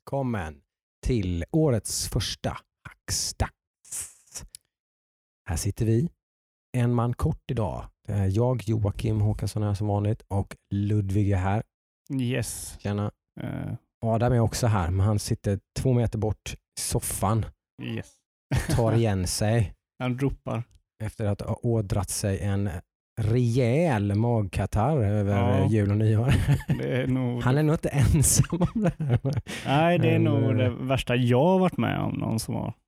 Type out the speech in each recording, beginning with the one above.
välkommen till årets första Hackstacks. Här sitter vi, en man kort idag. Det är jag, Joakim Håkansson här som vanligt, och Ludvig är här. Yes. Tjena. Adam är också här, men han sitter 2 meter bort i soffan. Yes. Tar igen sig. Han ropar. Efter att ha ådrat sig en rejäl magkatarr över jul och nyår. Det är nog... Han är nog inte ensam om det här. Nej, det är nog det värsta jag har varit med om någon som har.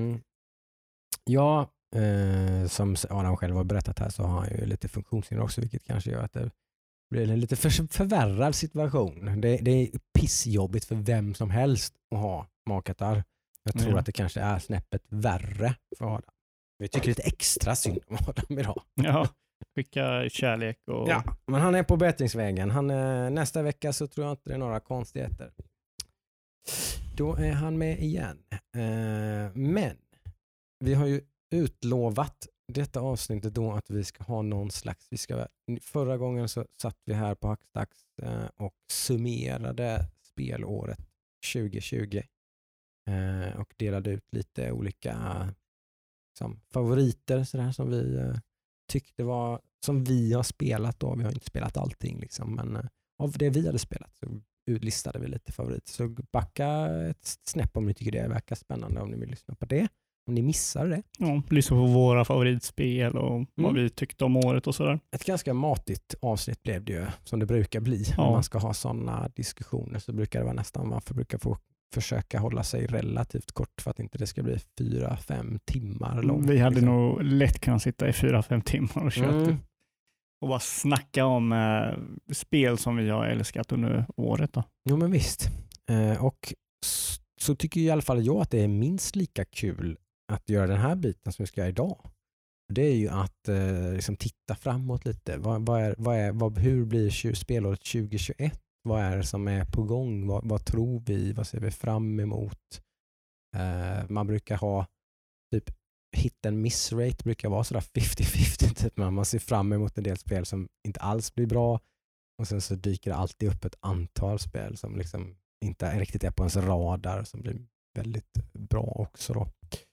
Ja, som Adam själv har berättat här så har han ju lite funktionshinder också, vilket kanske gör att det blir en lite förvärrad situation. Det är pissjobbigt för vem som helst att ha magkatarr. Jag tror att det kanske är snäppet värre för Adam. Vi tycker lite extra synd om Adam idag. Ja, skicka kärlek och... Ja, men han är på bättringsvägen. Nästa vecka så tror jag inte det är några konstigheter. Då är han med igen. Men vi har ju utlovat detta avsnittet då att vi ska ha någon slags... Förra gången så satt vi här på Hackstacks och summerade spelåret 2020. Och delade ut lite olika favoriter sådär, som vi tyckte var, som vi har spelat då. Vi har inte spelat allting liksom, men av det vi hade spelat så listade vi lite favoriter. Så backa ett snäpp om ni tycker det verkar spännande, om ni vill lyssna på det. Om ni missar det. Ja, lyssna på våra favoritspel och vad vi tyckte om året och sådär. Ett ganska matigt avsnitt blev det ju, som det brukar bli. Om man ska ha sådana diskussioner så brukar det vara nästan, man brukar få försöka hålla sig relativt kort för att inte det ska bli 4-5 timmar långt. Vi hade nog lätt kunnat sitta i 4-5 timmar och köra och bara snacka om spel som vi har älskat under året då. Jo, men visst. Och så tycker i alla fall jag att det är minst lika kul att göra den här biten som vi ska göra idag. Det är ju att liksom titta framåt lite. Hur blir spelåret 2021? Vad är det som är på gång? Vad tror vi? Vad ser vi fram emot? Man brukar ha typ hit and miss rate brukar vara sådär 50-50 typ. Man ser fram emot en del spel som inte alls blir bra, och sen så dyker det alltid upp ett antal spel som liksom inte riktigt är på ens radar som blir väldigt bra också då.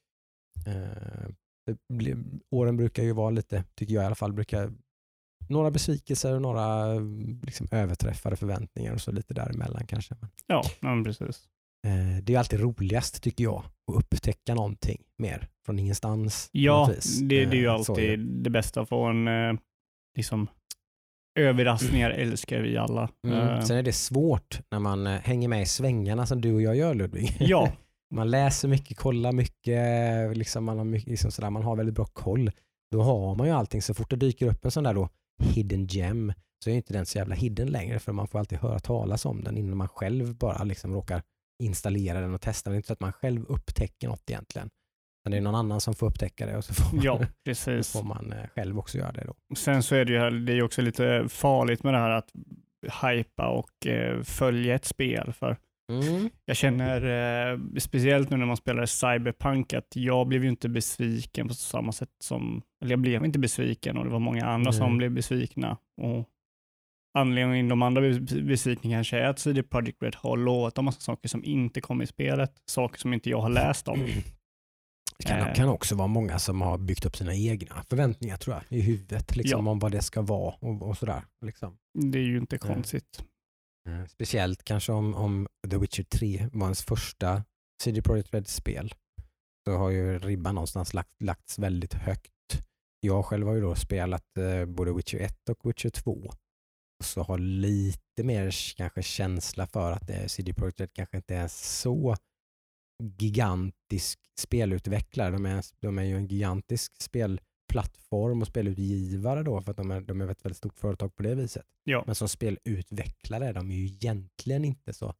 Åren brukar ju vara lite, tycker jag i alla fall, några besvikelser och några liksom överträffade förväntningar och så lite däremellan kanske. Ja, men precis. Det är alltid roligast tycker jag att upptäcka någonting mer från ingenstans. Ja, det är ju alltid det bästa att få en liksom överraskningar älskar vi alla. Sen är det svårt när man hänger med i svängarna som du och jag gör, Ludvig. Ja. Man läser mycket, kollar mycket, liksom man har mycket, liksom sådär, man har väldigt bra koll. Då har man ju allting. Så fort det dyker upp en sån där då hidden gem så är inte den så jävla hidden längre, för man får alltid höra talas om den innan man själv bara liksom råkar installera den och testa den. Det är inte så att man själv upptäcker något egentligen. Men det är någon annan som får upptäcka det och så får man, precis. Så får man själv också göra det då. Sen så är det ju också lite farligt med det här att hypa och följa ett spel, för jag känner speciellt nu när man spelar Cyberpunk att jag blev ju inte besviken på samma sätt som, eller jag blev inte besviken och det var många andra som blev besvikna, och anledningen de andra besvikningarna kanske är att CD Projekt Red har lovat en massa saker som inte kommer i spelet, saker som inte jag har läst om. Det kan också vara många som har byggt upp sina egna förväntningar tror jag i huvudet liksom, om vad det ska vara och sådär liksom. Det är ju inte konstigt. Speciellt kanske om The Witcher 3 var ens första CD Projekt Red-spel, så har ju ribban någonstans lagts väldigt högt. Jag själv har ju då spelat både Witcher 1 och Witcher 2, och så har lite mer kanske känsla för att CD Projekt Red kanske inte är så gigantisk spelutvecklare. De är ju en gigantisk spelplattform och spelutgivare då, för att de är ett väldigt stort företag på det viset. Ja. Men som spelutvecklare är de ju egentligen inte så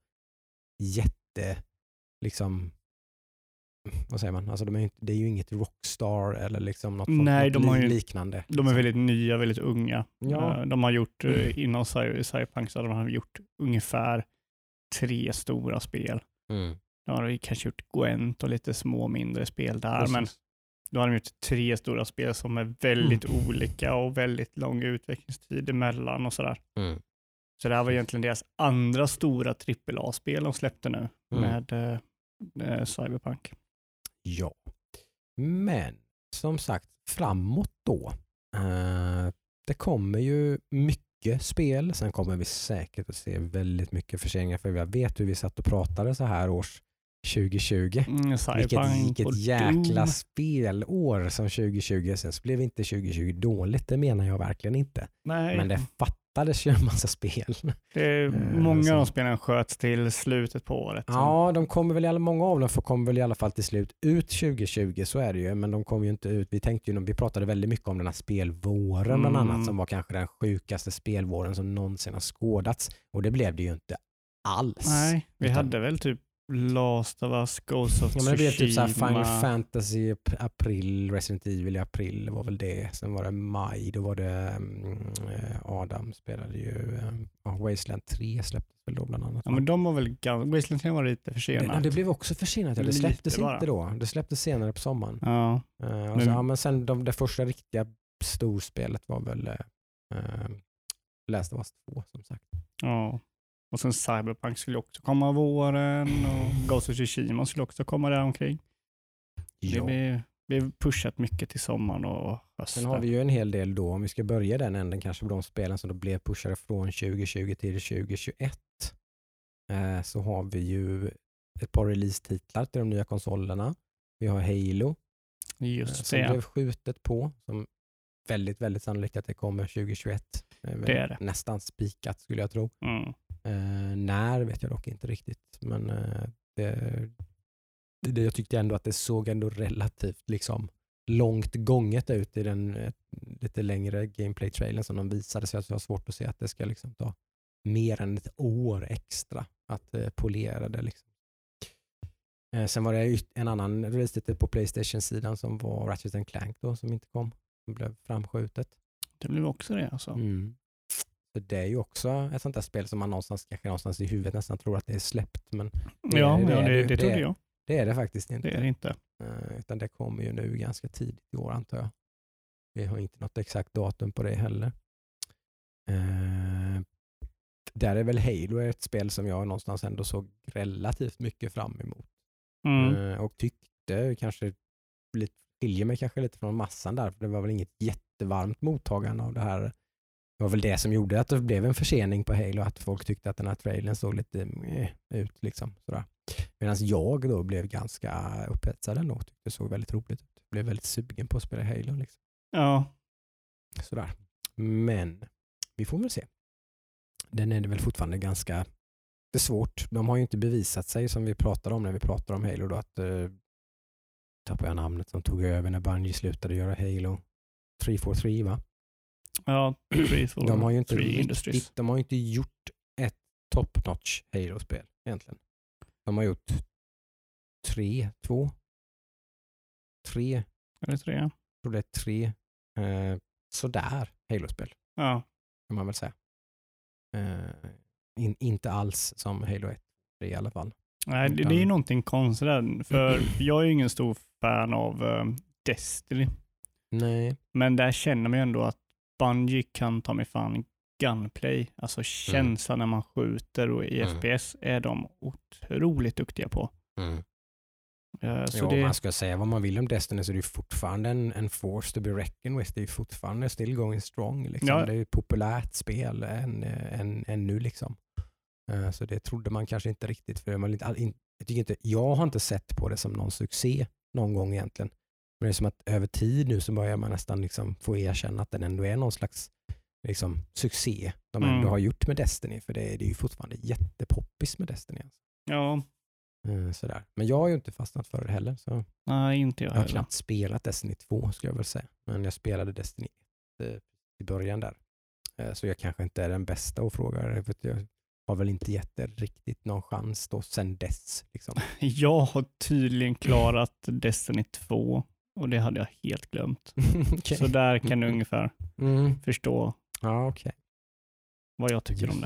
liksom, vad säger man? Alltså det är ju inget Rockstar eller liksom något liknande. De är väldigt nya, väldigt unga. Ja. De har gjort inom Cyberpunk så de har gjort ungefär 3 stora spel. De har kanske gjort Gwent och lite små mindre spel där. Precis. Men då har de gjort 3 stora spel som är väldigt olika och väldigt lång utvecklingstid emellan och sådär. Så det här var egentligen deras andra stora AAA-spel de släppte nu med Cyberpunk. Ja, men som sagt framåt då. Det kommer ju mycket spel. Sen kommer vi säkert att se väldigt mycket förseningar, för jag vet hur vi satt och pratade så här års 2020. Vilket jäkla spelår som 2020. Sen så blev inte 2020 dåligt, det menar jag verkligen inte. Nej. Men det fattades ju en massa spel. Många av de spelen sköts till slutet på året. Ja, de kommer väl, många av dem kommer väl i alla fall till slut ut 2020, så är det ju. Men de kommer ju inte ut. Vi pratade väldigt mycket om den här spelvåren bland annat, som var kanske den sjukaste spelvåren som någonsin har skådats. Och det blev det ju inte alls. Nej, vi hade väl typ Last of Us, Ghost of Tsushima. Men det blev typ såhär Final Fantasy i april, Resident Evil i april var väl det. Sen var det maj, då var det Adam spelade ju Wasteland 3 släpptes väl då bland annat. Ja, men de var väl Wasteland 3 var lite försenat. Det blev också försenat. Det släpptes inte då. Det släpptes senare på sommaren. Ja. Men sen det första riktiga storspelet var väl Last of Us 2 som sagt. Ja. Och sen Cyberpunk skulle också komma våren och Ghost of Tsushima skulle också komma där omkring. Ja. Det blir pushat mycket till sommaren och hösten. Sen har vi ju en hel del då, om vi ska börja den änden kanske på de spelen som då blev pushade från 2020 till 2021. Så har vi ju ett par release-titlar till de nya konsolerna. Vi har Halo. Just som blev skjutet på. Som väldigt, väldigt sannolikt att det kommer 2021. Det är det. Nästan spikat skulle jag tro. När vet jag dock inte riktigt. Men jag tyckte ändå att det såg ändå relativt liksom långt gånget ut i den lite längre gameplay-trailen som de visade, så jag har svårt att se att det ska liksom ta mer än ett år extra att polera det liksom. Sen var det en annan release på PlayStation-sidan som var Ratchet & Clank då, som inte kom. Det blev framskjutet. Det blev också det alltså. Så det är ju också ett sånt där spel som man någonstans i huvudet nästan tror att det är släppt. Men det trodde jag. Det är det faktiskt inte. Det är det inte. Utan det kommer ju nu ganska tidigt i år antar jag. Vi har inte något exakt datum på det heller. Där är väl Halo ett spel som jag någonstans ändå såg relativt mycket fram emot. Och tyckte kanske skiljer mig kanske lite från massan där, för det var väl inget jättevarmt mottagande av det här. Det var väl det som gjorde att det blev en försening på Halo, att folk tyckte att den här trailern såg lite ut liksom sådär. Medan jag då blev ganska upphetsad ändå, tyckte det såg väldigt roligt ut. Blev väldigt sugen på att spela Halo liksom. Ja. Sådär. Men vi får väl se. Den är det väl fortfarande ganska svårt. De har ju inte bevisat sig, som vi pratade om när vi pratade om Halo då, att tappade jag namnet som tog över när Bungie slutade göra Halo 343 va? Ja, 343 de har ju inte Industries. De har ju inte gjort ett top-notch Halo-spel egentligen. De har gjort 3. Är det 3? Jag tror det är 3 sådär Halo-spel. Ja. Kan man väl säga. Inte alls som Halo 1 i alla fall. Nej, det är ju någonting konstigt där, för jag är ju ingen stor fan av Destiny. Nej. Men där känner man ju ändå att Bungie kan ta mig fan gunplay. Alltså känslan när man skjuter, och i FPS är de otroligt duktiga på. Så man ska säga vad man vill om Destiny, så är det fortfarande en force to be reckoned with. Det är fortfarande still going strong. Liksom. Ja. Det är ett populärt spel än nu liksom. Så det trodde man kanske inte riktigt. För jag har inte sett på det som någon succé någon gång egentligen. Men det är som att över tid nu så börjar man nästan liksom få erkänna att den ändå är någon slags liksom succé de ändå har gjort med Destiny. För det är ju fortfarande jättepoppis med Destiny. Alltså. Ja. Sådär. Men jag har ju inte fastnat för det heller. Så nej, inte jag har knappt spelat Destiny 2 skulle jag väl säga. Men jag spelade Destiny 1 i början där. Så jag kanske inte är den bästa att fråga. För jag har väl inte gett det riktigt någon chans då sen dess. Liksom. Jag har tydligen klarat Destiny 2 och det hade jag helt glömt. Okay. Så där kan du ungefär förstå vad jag tycker om det.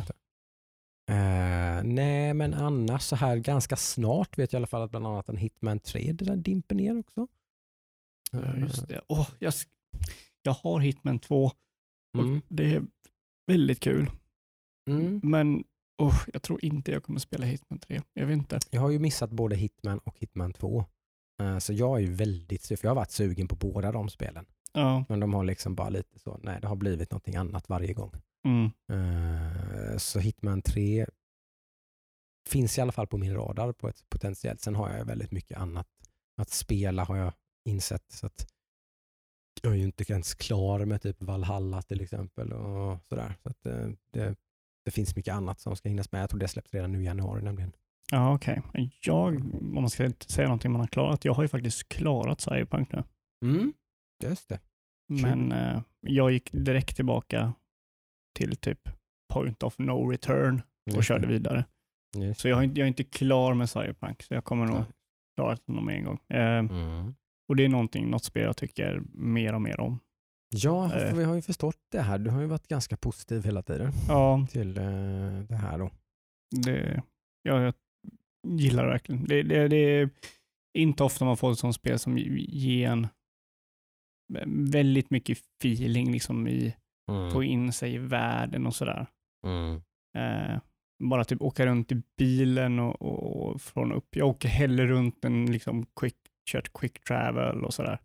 Nej, men annars så här ganska snart vet jag i alla fall att bland annat en Hitman 3 det där dimper ner också. Just det. Jag har Hitman 2 och det är väldigt kul. Men jag tror inte jag kommer spela Hitman 3. Jag vet inte. Jag har ju missat både Hitman och Hitman 2. Så jag är ju väldigt, för jag har varit sugen på båda de spelen. Ja. Men de har liksom bara lite så, nej det har blivit någonting annat varje gång. Så Hitman 3 finns i alla fall på min radar på ett potentiellt. Sen har jag väldigt mycket annat att spela har jag insett. Så att jag är ju inte ens klar med typ Valhalla till exempel och sådär. Så att det finns mycket annat som ska hinnas med. Jag tror det släpps redan nu i januari nämligen. Ja, okej. Om man ska inte säga någonting man har klarat. Jag har ju faktiskt klarat Cyberpunk nu. Just det. Men jag gick direkt tillbaka till typ point of no return och körde vidare. Så jag är inte klar med Cyberpunk. Så jag kommer nog klara det någon en gång. Och det är något spel jag tycker mer och mer om. Ja, vi har ju förstått det här. Du har ju varit ganska positiv hela tiden till det här då. Jag gillar det verkligen. Det är inte ofta man får ett sånt spel som ger en väldigt mycket feeling liksom få in sig i världen och sådär. Bara typ åka runt i bilen och från upp. Jag åker hellre runt än liksom kört quick travel och sådär.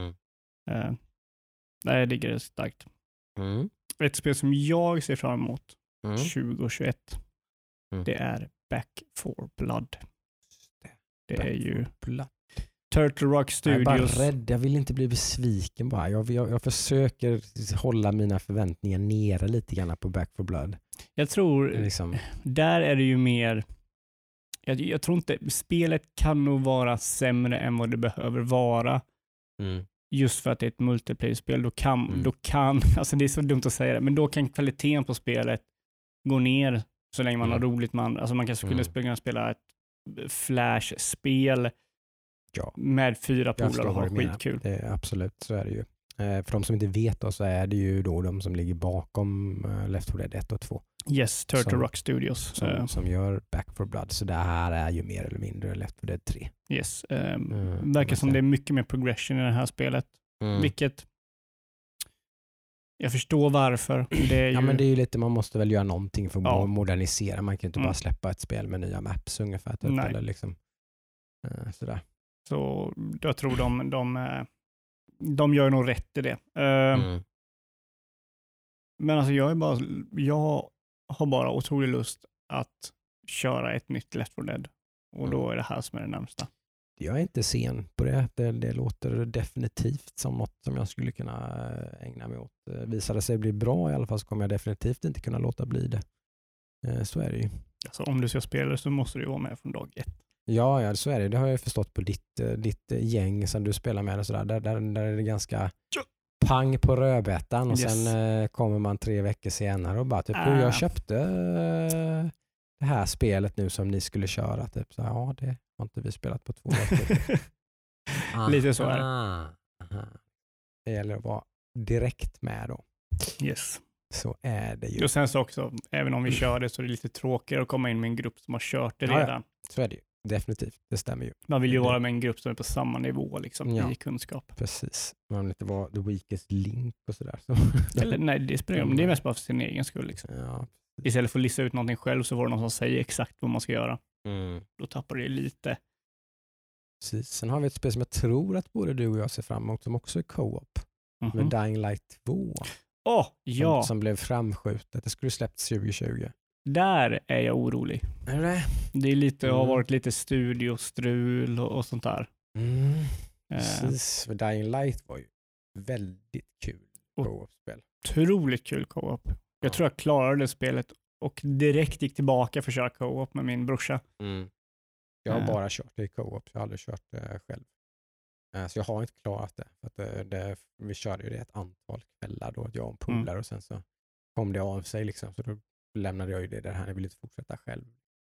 Nej, jag digger det starkt. Ett spel som jag ser fram emot 2021 det är Back 4 Blood. Det är ju Turtle Rock Studios. Jag är bara rädd, jag vill inte bli besviken bara. Jag försöker hålla mina förväntningar nere lite grann på Back 4 Blood. Jag tror, där är det ju mer, jag tror inte, spelet kan nog vara sämre än vad det behöver vara. Just för att det är ett multiplayer-spel. Då kan, alltså det är så dumt att säga det, men då kan kvaliteten på spelet gå ner så länge man har roligt. Alltså man kanske skulle spela ett Flash-spel med 4 polare och ha skitkul. Absolut, så är det ju. För de som inte vet då, så är det ju då de som ligger bakom Left 4 Dead 1 och 2. Yes, Turtle Rock Studios. Som gör Back 4 Blood. Så det här är ju mer eller mindre Left 4 Dead 3. Yes. Verkar som det är mycket mer progression i det här spelet. Vilket jag förstår varför. Det är ju... men det är ju lite, man måste väl göra någonting för att modernisera. Man kan inte bara släppa ett spel med nya maps ungefär. Typ, eller liksom, sådär. Så jag tror de gör nog rätt i det. Men alltså jag har bara otrolig lust att köra ett nytt Left 4 Dead. Och då är det här som är det närmsta. Jag är inte sen på det. Det låter definitivt som något som jag skulle kunna ägna mig åt. Visar det sig bli bra i alla fall så kommer jag definitivt inte kunna låta bli det. Så är det ju. Alltså om du ska spela så måste du vara med från dag 1. Ja, så är det. Det har jag förstått på ditt gäng som du spelar med och sådär. Där är det ganska pang på rödbetan och sen kommer man 3 veckor senare och bara typ, jag köpte det här spelet nu som ni skulle köra. Typ. Så, det har inte vi spelat på 2 veckor. Lite så är det. Det gäller att vara direkt med då. Yes. Så är det ju. Och sen så också, även om vi kör det så är det lite tråkigare att komma in med en grupp som har kört det redan. Så är det ju. Definitivt, det stämmer ju. Man vill ju vara med en grupp som är på samma nivå liksom, i kunskap. Precis. Man vill inte vara the weakest link och sådär. Eller nej, det är mest bara för sin egen skull. Liksom. Ja. Istället för att lista ut någonting själv så var det någon som säger exakt vad man ska göra. Då tappar det lite. Precis. Sen har vi ett spel som jag tror att både du och jag ser fram emot som också är co-op. Med Dying Light 2. Som blev framskjutet. Det skulle släppts 2020. Där är jag orolig. Är det? Det är lite, har varit lite studiostrul och sånt där. Precis, för Dying Light var ju väldigt kul co-op-spel. Otroligt kul co-op. Jag tror jag klarade det spelet och direkt gick tillbaka för att köra co-op med min brorsa. Jag har bara kört det i co-op, jag har aldrig kört det själv. Så jag har inte klarat det. För att vi körde ju det ett antal kvällar då, jag och en polare och sen så kom det av sig liksom. Så då lämnade jag ju det där här, jag ville inte fortsätta själv.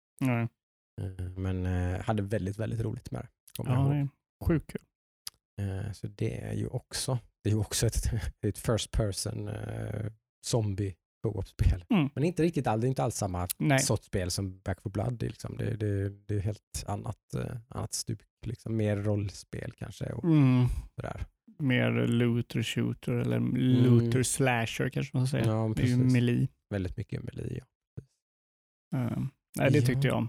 Men hade väldigt, väldigt roligt med det. Sjukt kul. Så det är ju också ett first person zombie co-op-spel. Men inte riktigt det är inte alls samma sorts spel som Back 4 Blood. Liksom. Det är helt annat stuk. Liksom. Mer rollspel kanske. Och sådär. Mer looter shooter eller looter slasher kanske man säger. Ja, det är ju melee. Väldigt mycket melee, ja. Nej, det tyckte jag om.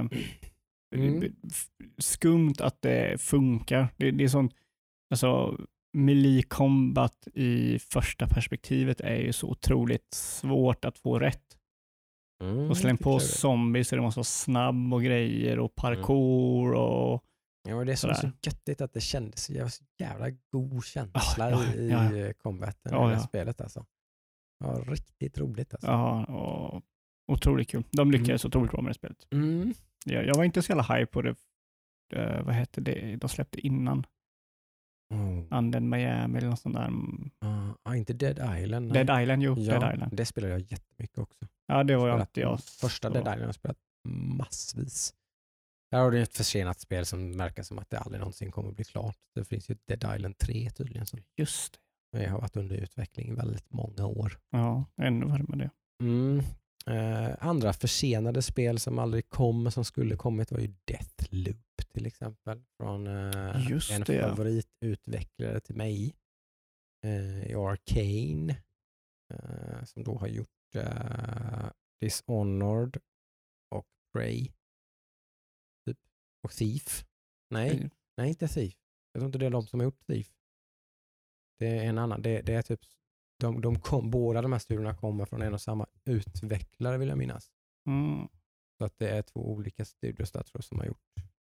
Skumt att det funkar. Det är sånt, alltså melee combat i första perspektivet är ju så otroligt svårt att få rätt. Och släng på zombies så det måste vara snabb och grejer och parkour och ja, och det är så göttigt att det kändes så jävla god känsla i combaten i det spelet alltså. Ja, riktigt roligt alltså. Ja, och otroligt kul. De lyckades otroligt bra med det spelet. Jag var inte så jävla hype på det. Vad hette det? De släppte innan. Undead Miami eller något sånt där. Inte Dead Island. Nej. Dead Island, jo. Ja, Dead Island. Det spelade jag jättemycket också. Ja, det var jag inte jag. Första Dead Island har jag spelat massvis. Där har det ett försenat spel som verkar som att det aldrig någonsin kommer att bli klart. Det finns ju Dead Island 3 tydligen. Som just det har varit under utveckling i väldigt många år. Ja, ännu värre med det. Andra försenade spel som aldrig kom som skulle kommit var ju Deathloop till exempel. Från en favoritutvecklare till mig i Arcane som då har gjort Dishonored och Prey typ. Och Thief. Nej, inte Thief. Jag tror inte det är de som har gjort Thief. Det är en annan. Det är typ båda de här studierna kommer från en och samma utvecklare vill jag minnas. Så att det är 2 olika studios där tror jag som har gjort.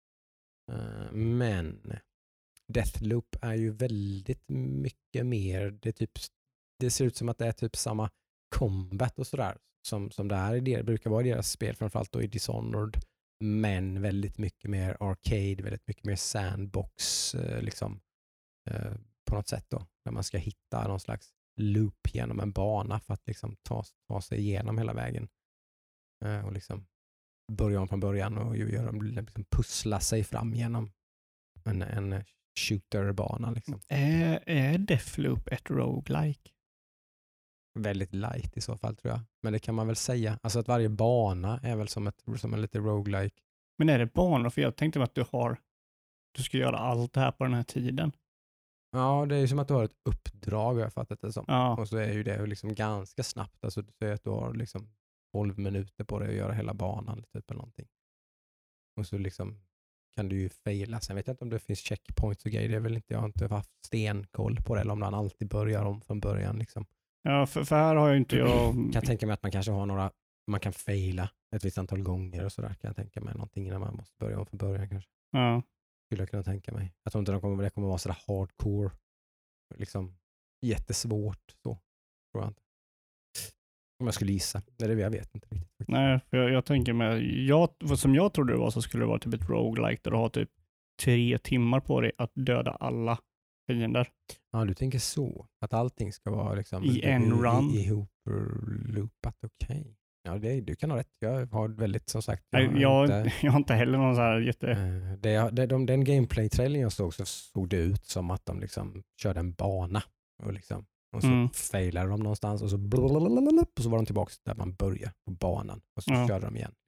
Men Deathloop är ju väldigt mycket mer, det ser ut som att det är typ samma combat och sådär som det är i det brukar vara i deras spel, framförallt då i Dishonored, men väldigt mycket mer arcade, väldigt mycket mer sandbox liksom på något sätt då, där man ska hitta någon slags loop genom en bana för att liksom ta sig igenom hela vägen och liksom börja om från början och liksom pussla sig fram genom en shooterbana liksom. Är Deathloop ett roguelike? Väldigt light i så fall tror jag. Men det kan man väl säga. Alltså att varje bana är väl som en lite roguelike. Men är det banor? För jag tänkte att du ska göra allt det här på den här tiden. Ja, det är ju som att du har ett uppdrag, jag har fattat det som. Ja. Och så är ju det liksom ganska snabbt. Alltså du säger att du har liksom 12 minuter på dig att göra hela banan typ eller någonting. Och så liksom kan du ju faila. Sen vet jag inte om det finns checkpoints och grejer. Det är väl inte, jag har inte haft stenkoll på det. Eller om man alltid börjar om från början liksom. Ja, för här har jag inte Kan jag tänka mig att man kanske har man kan faila ett visst antal gånger och sådär. Kan jag tänka mig någonting innan man måste börja om från början kanske. Ja. Skulle jag kunna tänka mig. Jag tror inte det kommer vara sådär hardcore. Liksom jättesvårt så. Tror jag inte. Om jag skulle gissa. Jag vet inte riktigt. Nej, för jag tänker mig, som jag trodde det var så skulle det vara typ ett roguelike där du har typ 3 timmar på dig att döda alla fiender. Ja, du tänker så. Att allting ska vara liksom i en run. Ihop-loopat, okej. Ja, du kan ha rätt. Jag har väldigt, som sagt. Jag har inte heller någon så här den gameplay-trailern jag såg så såg det ut som att de liksom körde en bana. Och så failade de någonstans och så var de tillbaka där man börjar på banan. Och så körde de igen.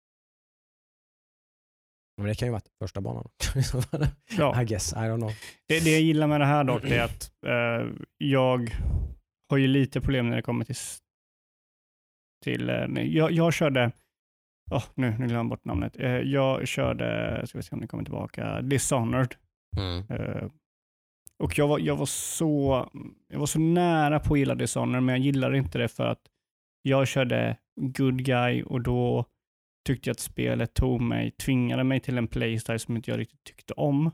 Men det kan ju vara första banan. I guess, I don't know. Det jag gillar med det här dock är att jag har ju lite problem när det kommer till jag körde nu glömde jag bort namnet. Jag körde, ska vi se om det kommer tillbaka, Dishonored. Och jag var så nära på att gilla Dishonored, men jag gillade inte det för att jag körde good guy och då tyckte jag att spelet tvingade mig till en playstyle som inte jag riktigt tyckte om.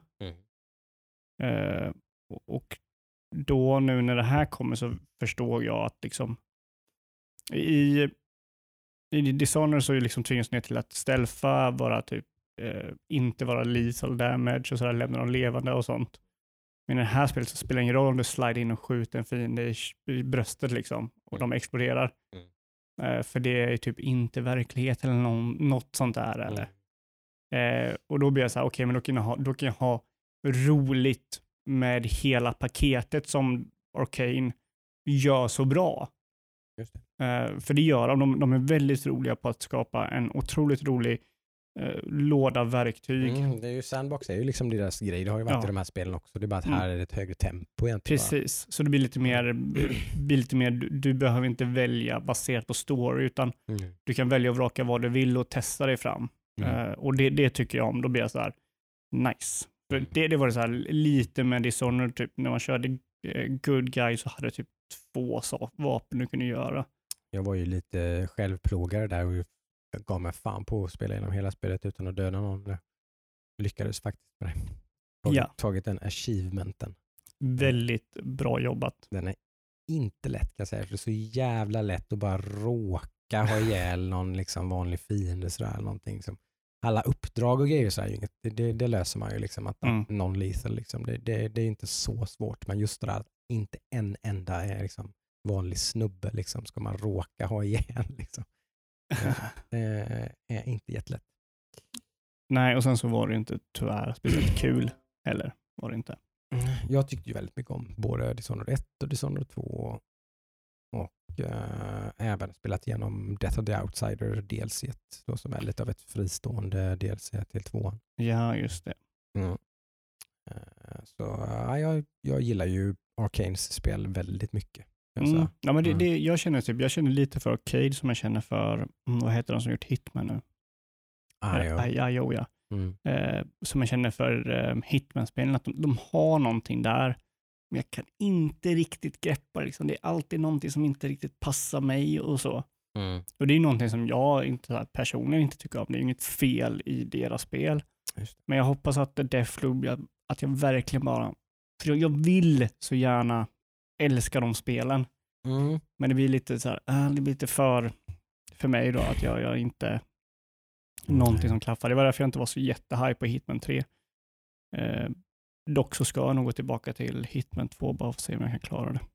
Och då nu när det här kommer så förstår jag att liksom i Dishonored så är liksom tvingas ner till att stealtha, vara typ inte vara lethal damage och sådär, lämna dem levande och sånt. Men i det här spelet så spelar det ingen roll om du slider in och skjuter en fiende i bröstet liksom och de exploderar. För det är typ inte verklighet eller något sånt där eller. Och då blir jag så här, okej, men då kan jag ha roligt med hela paketet som Arcane gör så bra. Just det. För det gör de är väldigt roliga på att skapa en otroligt rolig låda verktig. Det är ju Sandbox är ju liksom deras grej. Det har ju varit i de här spelen också. Det är bara att här är det ett högre tempo egentligen. Precis, så det blir lite mer du behöver inte välja baserat på story, utan du kan välja och vraka vad du vill och testa dig fram. Och det tycker jag om. Då blir jag så här nice. För det var det så här lite med Dishonored, typ när man körde Good Guy så hade typ 2 vapen du kunde göra. Jag var ju lite självplågare där och gav mig fan på att spela igenom hela spelet utan att döda någon. Jag lyckades faktiskt med det. Tagit den achievementen. Väldigt bra jobbat. Den är inte lätt kan jag säga, för det är så jävla lätt att bara råka ha ihjäl någon liksom vanlig fiende sådär, någonting som alla uppdrag och grejer så här, det löser man ju liksom, att non-lethal liksom, det är inte så svårt, men just det där att inte en enda är liksom vanlig snubbe liksom, ska man råka ha ihjäl liksom. Är inte jättelätt. Nej, och sen så var det inte tyvärr speciellt kul heller, var det inte. Jag tyckte ju väldigt mycket om både Dishonored 1 och Dishonored 2 och även spelat igenom Death of the Outsider DLC då, som är lite av ett fristående DLC till 2:an. Ja, just det. Så jag gillar ju Arcanes spel väldigt mycket. Ja, men jag känner lite för Arcade som jag känner för, vad heter de som gjort Hitman nu? IO, ja. Som jag känner för Hitman-spelen, att de har någonting där, men jag kan inte riktigt greppa liksom. Det är alltid någonting som inte riktigt passar mig och så. Och det är någonting som jag inte personligen inte tycker om. Det är inget fel i deras spel. Men jag hoppas att Deathloop, att jag verkligen bara, för jag vill så gärna älska de spelen. Men det blir lite så här, det blir lite för mig då, att jag inte någonting som klaffar. Det var därför jag inte var så jättehype på Hitman 3. Dock så ska jag nog gå tillbaka till Hitman 2 bara för att se om jag kan klara det.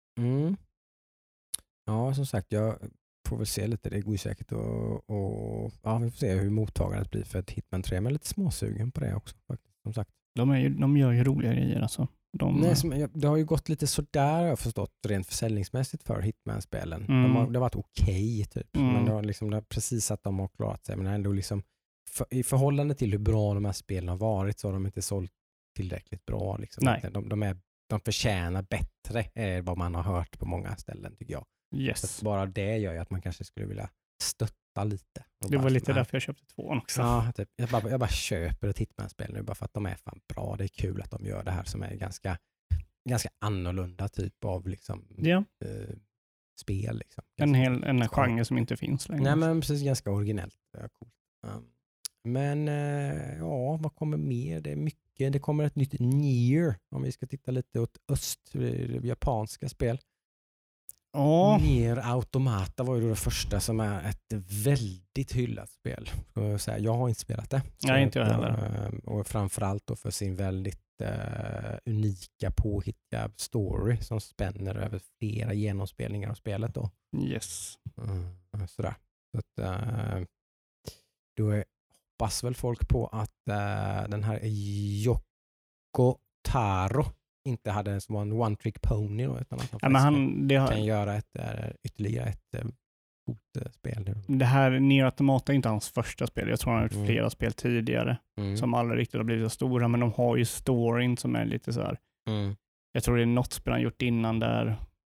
Ja, som sagt, jag får väl se lite. Det går ju säkert och vi får se hur mottagandet blir för ett Hitman 3. Men jag är lite småsugen på det också faktiskt, som sagt. De gör ju roliga grejer alltså. Det har ju gått lite sådär, jag har förstått, rent försäljningsmässigt för Hitman-spelen. Det har varit okej, typ. Men det har precis att de har klarat sig. Men ändå liksom, i förhållande till hur bra de här spelen har varit så har de inte sålt tillräckligt bra. Liksom. Nej. De förtjänar bättre vad man har hört på många ställen, tycker jag. Yes. Så bara det gör ju att man kanske skulle vilja stötta lite. Det var lite därför jag köpte 2 också. Ja, typ, jag bara köper ett Hitman-spel nu bara för att de är fan bra. Det är kul att de gör det här som är ganska annorlunda typ av liksom, spel. Liksom. En genre som inte finns längre. Nej, men precis, ganska originellt. Coolt. Men vad kommer mer? Det är mycket. Det kommer ett nytt Nier, om vi ska titta lite åt öst, japanska spel. Nier Automata var ju då det första, som är ett väldigt hyllat spel. Jag har inte spelat det. Nej, inte jag heller. Och framförallt då för sin väldigt unika påhittiga story som spänner över flera genomspelningar av spelet då. Yes. Sådär. Så att, då hoppas väl folk på att den här Yoko Taro inte hade en one-trick pony då, utan att han kan göra ytterligare ett coolt spel. Det här Nier Automata är inte hans första spel. Jag tror han har gjort flera spel tidigare som aldrig riktigt har blivit så stora, men de har ju storyn som är lite så här. Jag tror det är något spel han gjort innan där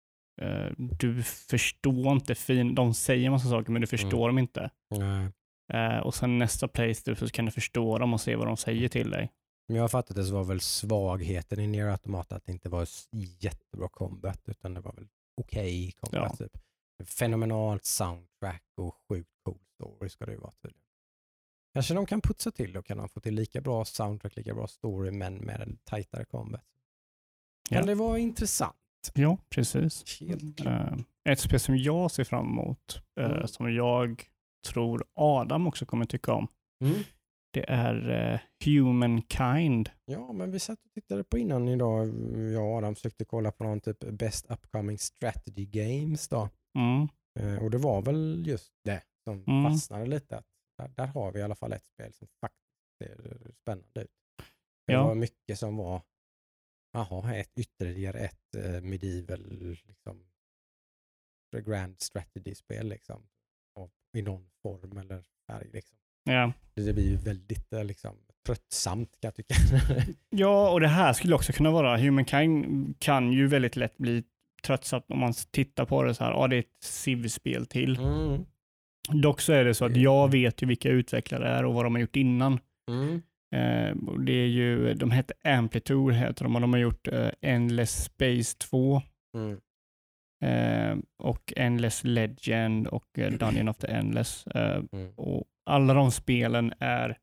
du förstår inte de säger massa saker, men du förstår dem inte. Och sen nästa playthrough så kan du förstå dem och se vad de säger till dig. Men jag har fattat det, så var väl svagheten i Nier Automata att det inte var jättebra combat, utan det var väl okej combat. Typ. Fenomenalt soundtrack och sjukt cool story ska det ju vara tydligen. Kanske de kan putsa till och kan de få till lika bra soundtrack, lika bra story, men med en tajtare combat. Men det var intressant. Ja, precis. Ett spel som jag ser fram emot, som jag tror Adam också kommer tycka om. Det är Humankind. Ja, men vi satt och tittade på innan idag. Jag och Adam försökte kolla på någon typ Best Upcoming Strategy Games då. Och det var väl just det som fastnade lite. Där har vi i alla fall ett spel som faktiskt ser spännande ut. Det var mycket som var ytterligare ett medieval liksom, grand strategy-spel liksom. I någon form eller färg liksom. Ja. Det blir ju väldigt liksom tröttsamt kan jag tycka. Ja, och det här skulle också kunna vara, Humankind kan ju väldigt lätt bli tröttsamt om man tittar på det så här, det är ett Civ-spel till. Dock så är det så att jag vet ju vilka utvecklare det är och vad de har gjort innan. Det är ju, de heter Amplitude heter de, och de har gjort Endless Space 2 och Endless Legend och Dungeon of the Endless. Och alla de spelen är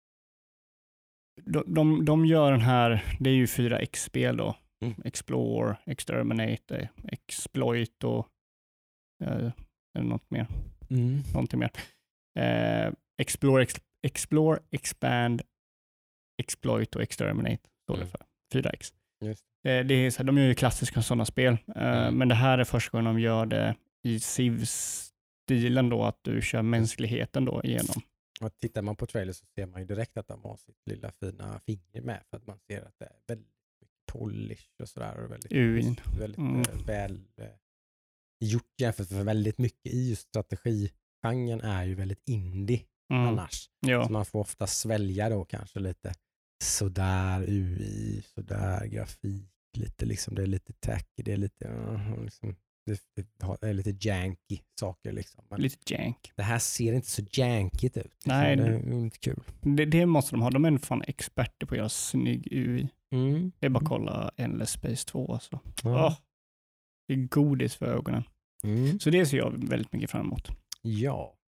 de gör den här, det är ju 4X-spel då. Explore, Exterminate, Exploit och eller något mer. Någonting mer. Explore, Expand, Exploit och Exterminate står det för. 4X. Just. Det är så här, de gör ju klassiska sådana spel. Men det här är första gången de gör det i Civ-stilen då, att du kör mänskligheten då igenom. Och tittar man på trailers så ser man ju direkt att de har sitt lilla fina finger med, för att man ser att det är väldigt mycket polish och sådär, och väldigt väl gjort jämfört med väldigt mycket i just strategigenren är ju väldigt indie annars. Ja. Så man får ofta svälja då kanske lite sådär UI, sådär grafik, lite liksom, det är lite tech, det är lite liksom, det är lite janky saker liksom. Men lite jank. det här ser inte så jankigt ut. Nej, det är inte kul. Det måste de ha. De är fan experter på att göra snygg UI. Det är bara att kolla Endless Space 2 alltså. Det är godis för ögonen. Så det ser jag väldigt mycket fram emot. Ja,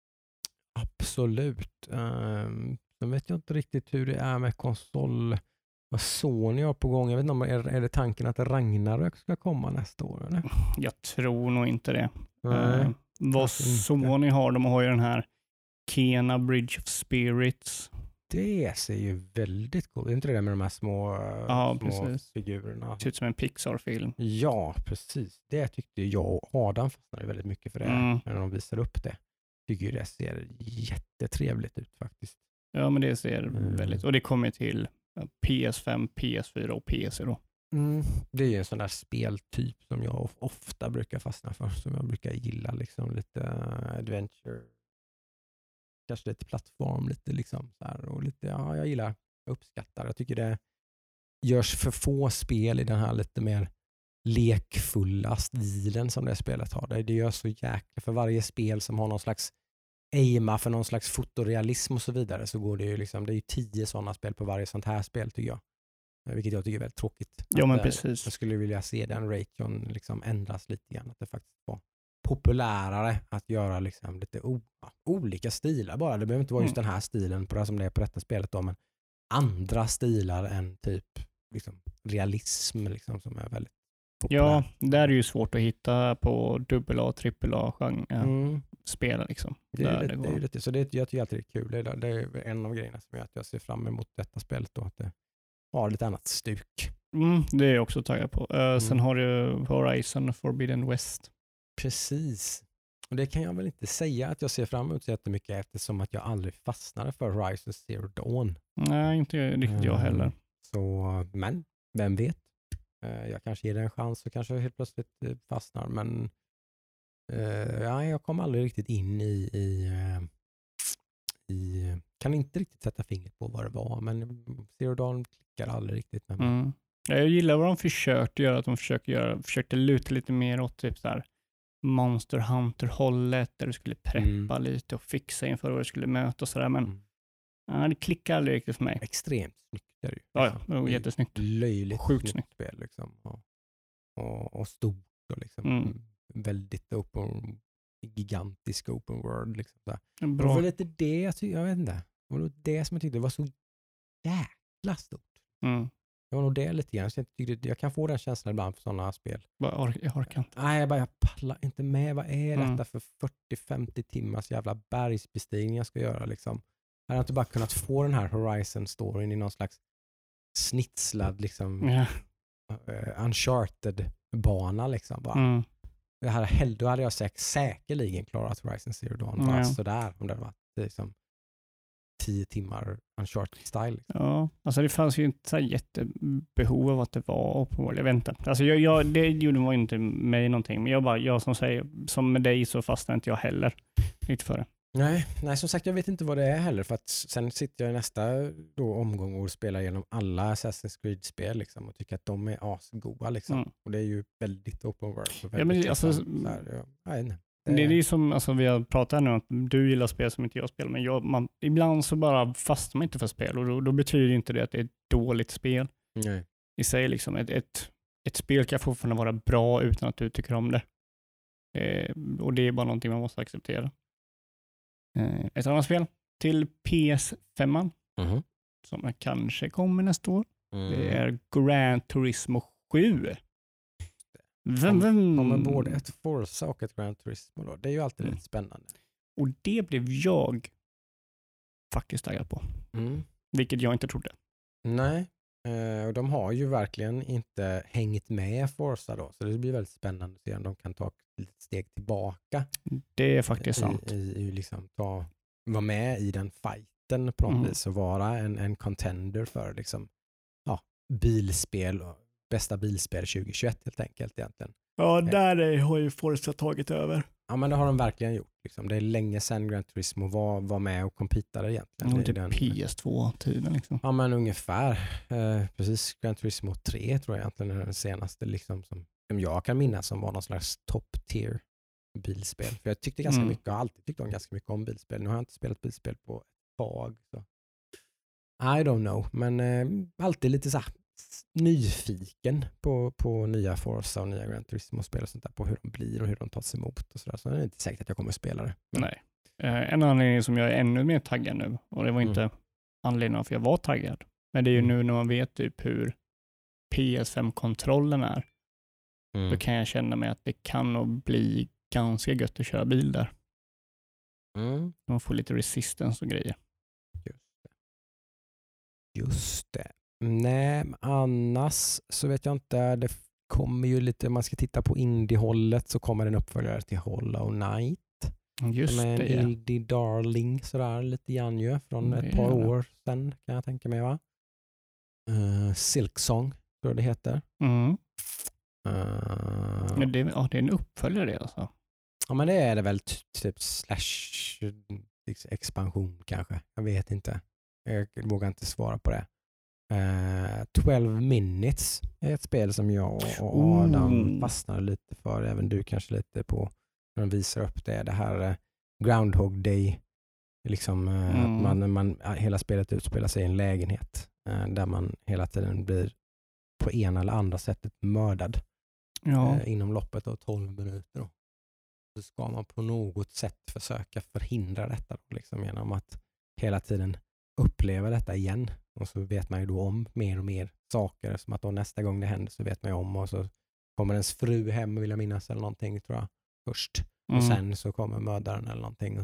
absolut. Sen vet jag inte riktigt hur det är med konsol. Vad Sony har på gång. Jag vet inte om är det tanken att Ragnarök ska komma nästa år? Eller? Jag tror nog inte det. Vad Sony har, de har ju den här Kena Bridge of Spirits. Det ser ju väldigt coolt. Är inte det med de här små figurerna? Det ser ut som en Pixar-film. Ja, precis. Det tyckte jag och Adam fastnade väldigt mycket för det när de visar upp det. Tycker det ser jättetrevligt ut faktiskt. Ja, men det ser väldigt... Och det kommer till PS5, PS4 och PC då. Det är ju en sån där speltyp som jag ofta brukar fastna för. Som jag brukar gilla liksom, lite adventure. Kanske lite plattform, lite liksom så här, och lite, jag uppskattar. Jag tycker det görs för få spel i den här lite mer lekfulla stilen som det spelet har. Det gör så jäkla, för varje spel som har någon slags aima för någon slags fotorealism och så vidare, så går det ju liksom, det är ju 10 sådana spel på varje sånt här spel tycker jag. Vilket jag tycker är väldigt tråkigt. Ja, men precis. Jag skulle vilja se den ration liksom ändras lite grann, att det faktiskt var populärare att göra liksom lite olika stilar bara. Det behöver inte vara just den här stilen på det som det är på detta spelet då, men andra stilar än typ liksom realism liksom, som är väldigt populär. Ja, där är ju svårt att hitta på AA och AAA spel liksom. Det är lite, så det, jag tycker alltid det är kul. Det är en av grejerna som gör att jag ser fram emot detta spelet då, att det har lite annat stuk. Det är jag också taggad på. Sen har du Horizon Forbidden West. Precis. Och det kan jag väl inte säga att jag ser fram emot så jättemycket, eftersom att jag aldrig fastnade för Horizon Zero Dawn. Nej, inte riktigt jag heller. Så, men vem vet? Jag kanske ger det en chans och kanske helt plötsligt fastnar, men jag kom aldrig riktigt in i kan inte riktigt sätta fingret på vad det var, men Zero Dawn klickar aldrig riktigt med mig. Jag gillar vad de försökte göra, att de försökte luta lite mer åt typ så här Monster Hunter-hållet, där du skulle preppa lite och fixa inför vad du skulle möta och sådär, men det klickar aldrig riktigt för mig. Extremt snyggt är det ju. Ja, det var jättesnyggt. Löjligt sjukt snyggt spel liksom. Och stort och liksom väldigt gigantisk open world liksom. Det var lite det jag vet inte. Det var det som jag tyckte var så jäkla stort. Det var nog det lite grann. Så jag kan få den känslan ibland för sådana spel. Jag orkar inte. Nej, jag pallar inte med. Vad är detta för 40-50 timmars jävla bergsbestigning jag ska göra liksom? Jag hade inte bara kunnat få den här Horizon-storyn i någon slags snitslad liksom Uncharted-bana liksom. Bara. Då hade jag säkerligen klarat Horizon Zero Dawn. Bara sådär, om det hade varit liksom 10 timmar Uncharted-style. Liksom. Ja, alltså det fanns ju inte så jättebehov av att det var open world. Jag vet inte. Alltså det gjorde var inte mig någonting. Men jag som säger, som med dig så fastnade inte jag heller lite för det. Nej, som sagt jag vet inte vad det är heller för att sen sitter jag i nästa då omgång och spelar igenom alla Assassin's Creed-spel liksom, och tycker att de är asgoda liksom. Och det är ju väldigt open world. Ja, men alltså, det är som alltså, vi har pratat nu om att du gillar spel som inte jag spelar, men ibland så bara fastnar man inte för spel och då betyder inte det att det är ett dåligt spel. Nej. I sig liksom, ett spel kan fortfarande vara bra utan att du tycker om det. Och det är bara någonting man måste acceptera. Ett annat spel till PS5 som kanske kommer nästa år. Det är Gran Turismo 7. Kommer både ett Forza och ett Gran Turismo då. Det är ju alltid lite spännande. Och det blev jag faktiskt taggad på. Vilket jag inte trodde. Nej, och de har ju verkligen inte hängt med Forza då. Så det blir väldigt spännande att se om de kan ta ett steg tillbaka. Det är faktiskt sant. I liksom vara med i den fighten på något vis och vara en contender för liksom, bilspel och bästa bilspel 2021 helt enkelt egentligen. Ja, där har ju Forza tagit över. Ja, men det har de verkligen gjort. Liksom. Det är länge sedan Gran Turismo var med och competade egentligen. Det är PS2-tiden liksom. Ja, men ungefär. Precis, Gran Turismo 3 tror jag egentligen är den senaste liksom, som jag kan minnas som var någon slags top tier bilspel. För jag tyckte ganska mycket, jag har alltid tyckt ganska mycket om bilspel. Nu har jag inte spelat bilspel på ett tag. Så. I don't know, men alltid lite så här nyfiken på nya Forza och nya Gran Turismo-spel och sånt där, på hur de blir och hur de tas emot och sådär. Så det är inte säkert att jag kommer att spela det. Men... Nej. En anledning som jag är ännu mer taggad nu, och det var inte anledningen för jag var taggad, men det är ju nu när man vet typ hur PS5-kontrollen är, då kan jag känna mig att det kan nog bli ganska gött att köra bil där. Man får lite resistance och grejer. Just det. Nej, annars så vet jag inte. Det kommer ju lite, om man ska titta på indie-hållet så kommer en uppföljare till Hollow Knight. Just som är det. En indie darling sådär lite grann ju från ett par år sedan kan jag tänka mig va. Silksong tror jag det heter. Det är en uppföljare det alltså. Ja, men det är det väl typ slash expansion kanske. Jag vet inte. Jag vågar inte svara på det. 12 Minutes är ett spel som jag och Adam fastnar lite för. Även du kanske lite på när de visar upp det. Det här Groundhog Day. Liksom, att man hela spelet utspelar sig i en lägenhet. Där man hela tiden blir på ena eller andra sättet mördad. Inom loppet av 12 minuter. Då. Så ska man på något sätt försöka förhindra detta. Då, liksom, genom att hela tiden uppleva detta igen. Och så vet man ju då om mer och mer saker. Som att då nästa gång det händer så vet man ju om. Och så kommer ens fru hem vill jag minnas eller någonting tror jag. Först. Och sen så kommer mördaren eller någonting. Och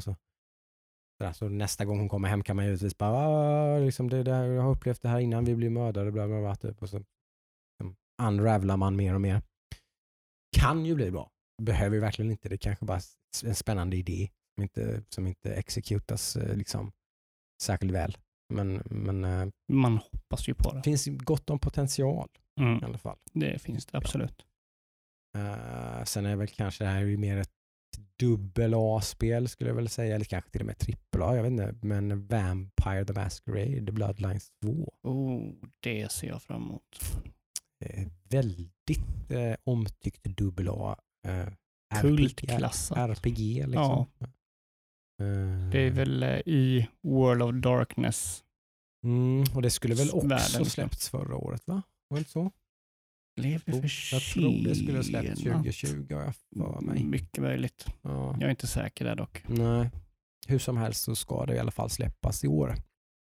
så nästa gång hon kommer hem kan man givetvis bara liksom jag har upplevt det här innan vi blir mördade. Bla bla bla, typ. Och så unravelar man mer och mer. Kan ju bli bra. Behöver ju verkligen inte. Det kanske bara är en spännande idé. Som inte exekutas liksom särskilt väl. Men man hoppas ju på det. Det finns gott om potential i alla fall. Det finns det absolut. Sen är väl kanske det här ju mer ett dubbel A-spel skulle jag väl säga. Eller kanske till och med trippel A. Jag vet inte. Men Vampire the Masquerade, The Bloodlines 2. Det ser jag fram emot. Väldigt omtyckt dubbel A. Kultklassat. RPG liksom. Ja. Det är väl i World of Darkness. Och det skulle väl också släppts förra året va? Var det inte så? Jag tror det skulle ha släppts 2020 för mig. Mycket möjligt. Ja. Jag är inte säker där dock. Nej. Hur som helst så ska det i alla fall släppas i år.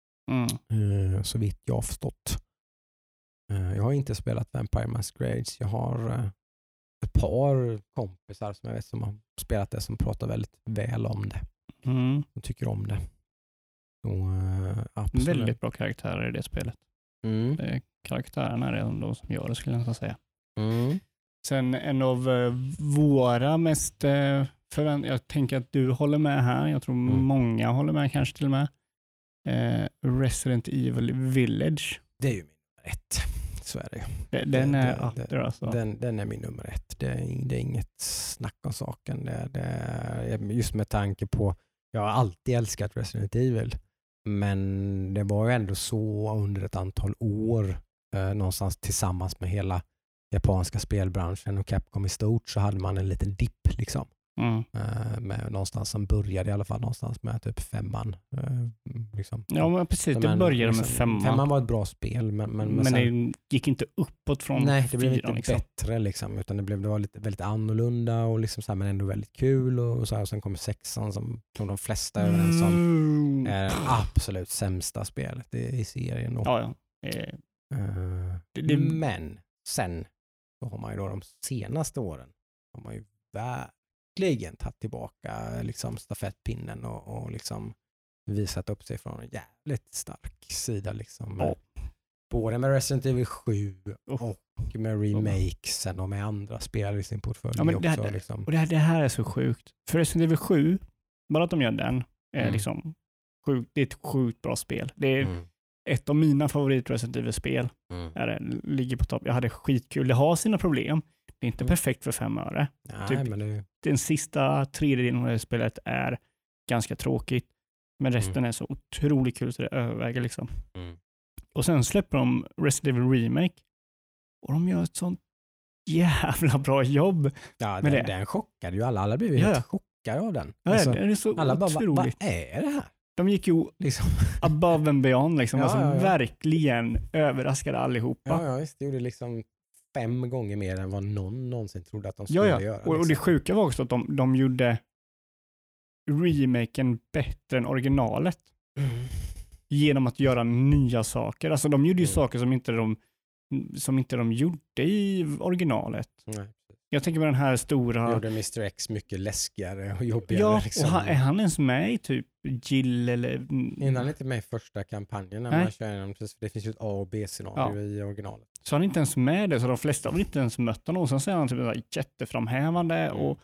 Så vitt jag har förstått. Jag har inte spelat Vampire Masquerades. Jag har ett par kompisar som jag vet som har spelat det som pratar väldigt väl om det. Och tycker om det. Så, absolut. Väldigt bra karaktärer i det spelet. Karaktärerna är de som gör det skulle jag säga. Sen en av våra mest jag tänker att du håller med här. Jag tror många håller med kanske till och med. Resident Evil Village. Det är ju min nummer 1. Så är det. Den är alltså. Den är min nummer 1. Det är inget snack om saken. Just med tanke på Jag har alltid älskat Resident Evil. Men det var ju ändå så under ett antal år någonstans tillsammans med hela japanska spelbranschen och Capcom i stort så hade man en liten dipp liksom. Med någonstans som började i alla fall någonstans med typ 5:an. Liksom. Ja, men precis. Det började med 5:an. 5:an var ett bra spel. Men sen, det gick inte uppåt från 4:an. Nej, det blev inte liksom bättre liksom, utan det var lite, väldigt annorlunda och liksom så här, men ändå väldigt kul. Och, så här, och sen kommer 6:an som de flesta är överens om är absolut sämsta spelet i serien. Och, ja. Men sen så har man ju då de senaste åren har man ju verkligen tagit tillbaka liksom stafettpinnen och liksom visat upp sig från en jävligt stark sida liksom. Ja. Både med Resident Evil 7 och med remakesen och med andra spel i sin portfölj. Ja, men också, liksom. Och det här är så sjukt. För Resident Evil 7, bara att de gör den, är liksom sjukt, det är ett sjukt bra spel. Det är ett av mina favorit Resident Evil-spel. Ligger på topp. Jag hade skitkul. Det har sina problem. Det är inte perfekt för 5 öre. Nej, typ, men den sista tredjedelen av det spelet är ganska tråkigt. Men resten är så otroligt kul så det överväger liksom. Och sen släpper de Resident Evil Remake. Och de gör ett sånt jävla bra jobb. Ja, med den chockade ju alla. Alla blev ju helt chockade av den. Ja, alltså, det är så alla bara, otroligt. vad är det här? De gick ju liksom above and beyond liksom. Verkligen överraskade allihopa. Ja, visst. Det gjorde liksom 5 gånger mer än vad någon någonsin trodde att de skulle göra. Liksom. Och det sjuka var också att de gjorde remaken bättre än originalet. Genom att göra nya saker. Alltså de gjorde ju saker som inte de gjorde i originalet. Nej. Jag tänker på den här stora... Gjorde Mr. X mycket läskigare och jobbigare. Ja, liksom. och är han ens med i typ Jill eller... Är han inte med i första kampanjen när man kör igenom, det finns ju ett A- och B-scenario i originalet. Så han är inte ens med det, så de flesta har inte ens mött honom. Sen säger han typ jätteframhävande och...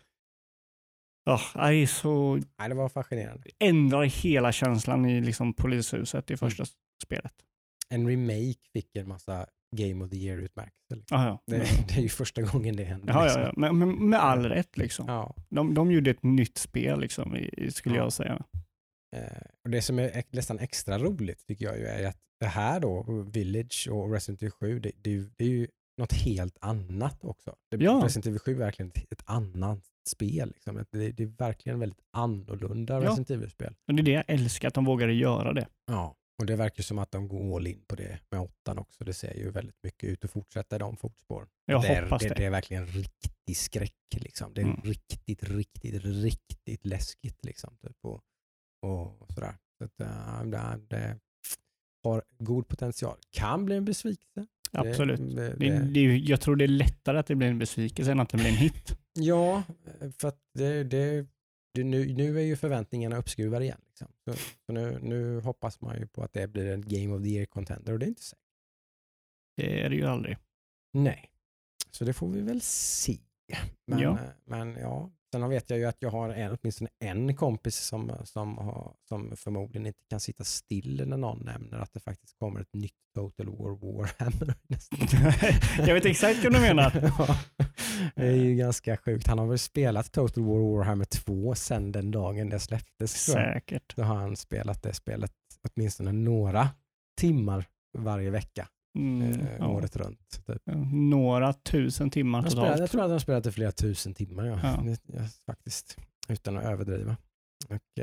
Det var fascinerande. Ändrar hela känslan i liksom polishuset i första spelet. En remake fick en massa Game of the Year-utmärkelser. Liksom. Det är ju första gången det händer. Ja, liksom. ja. Men med all rätt liksom. Ja. De gjorde ett nytt spel liksom, skulle jag säga. Och det som är nästan extra roligt tycker jag ju är att det här då, Village och Resident Evil 7, det är ju något helt annat också. Resident Evil 7 är verkligen ett annat spel. Liksom. Det är verkligen väldigt annorlunda Resident Evil-spel. Och det är det jag älskar, att de vågade göra det. Ja, och det verkar som att de går all in på det med 8 också. Det ser ju väldigt mycket ut att fortsätta i de fotspåren. Jag hoppas det. Det är verkligen riktig skräck. Liksom. Det är riktigt läskigt. Liksom, typ, och sådär. Så att, det har god potential. Kan bli en besvikelse. Absolut. Jag tror det är lättare att det blir en besvikelse än att det blir en hit. Ja, för att nu är ju förväntningarna uppskruvade igen. Liksom. Så nu hoppas man ju på att det blir en Game of the Year contender och det är inte säkert. Det är det ju aldrig. Nej, så det får vi väl se. Men sen vet jag ju att jag har åtminstone en kompis som förmodligen inte kan sitta still när någon nämner att det faktiskt kommer ett nytt Total War Warhammer. Jag vet exakt vad du menar. Det är ju ganska sjukt. Han har väl spelat Total War Warhammer 2 sedan den dagen det släpptes. Säkert. Då har han spelat det spelet åtminstone några timmar varje vecka. Året runt. Typ. Några tusen timmar totalt. Jag tror att han spelat i flera tusen timmar. Faktiskt. Utan att överdriva. Och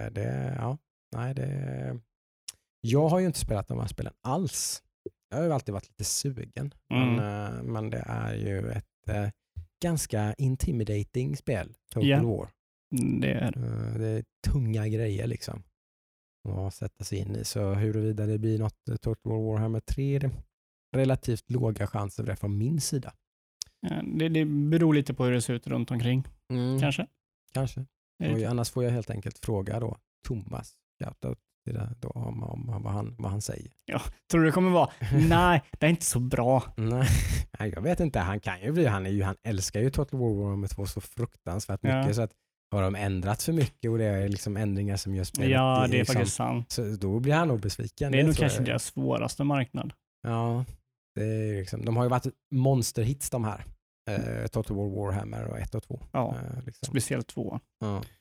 jag har ju inte spelat de här spelen alls. Jag har ju alltid varit lite sugen. Men det är ju ett ganska intimidating spel. Total War. Det är tunga grejer liksom. Att sätta sig in i. Så huruvida det blir något Total War Warhammer 3 är det relativt låga chanser för det från min sida. Det beror lite på hur det ser ut runt omkring. Kanske. Och annars får jag helt enkelt fråga då Thomas då, om vad han säger. Ja, tror du det kommer vara? Nej, det är inte så bra. Nej, jag vet inte. Han kan ju bli. Han älskar ju Total War Warhammer 2 så fruktansvärt mycket så att har de ändrat för mycket och det är liksom ändringar som gör spelet. Ja, det är faktiskt sant. Så då blir han nog besviken. Det är nog kanske deras svåraste marknad. Ja, det är liksom, de har ju varit monsterhits de här. Total War Warhammer och 1 och 2. Ja, liksom. Speciellt 2. Ja.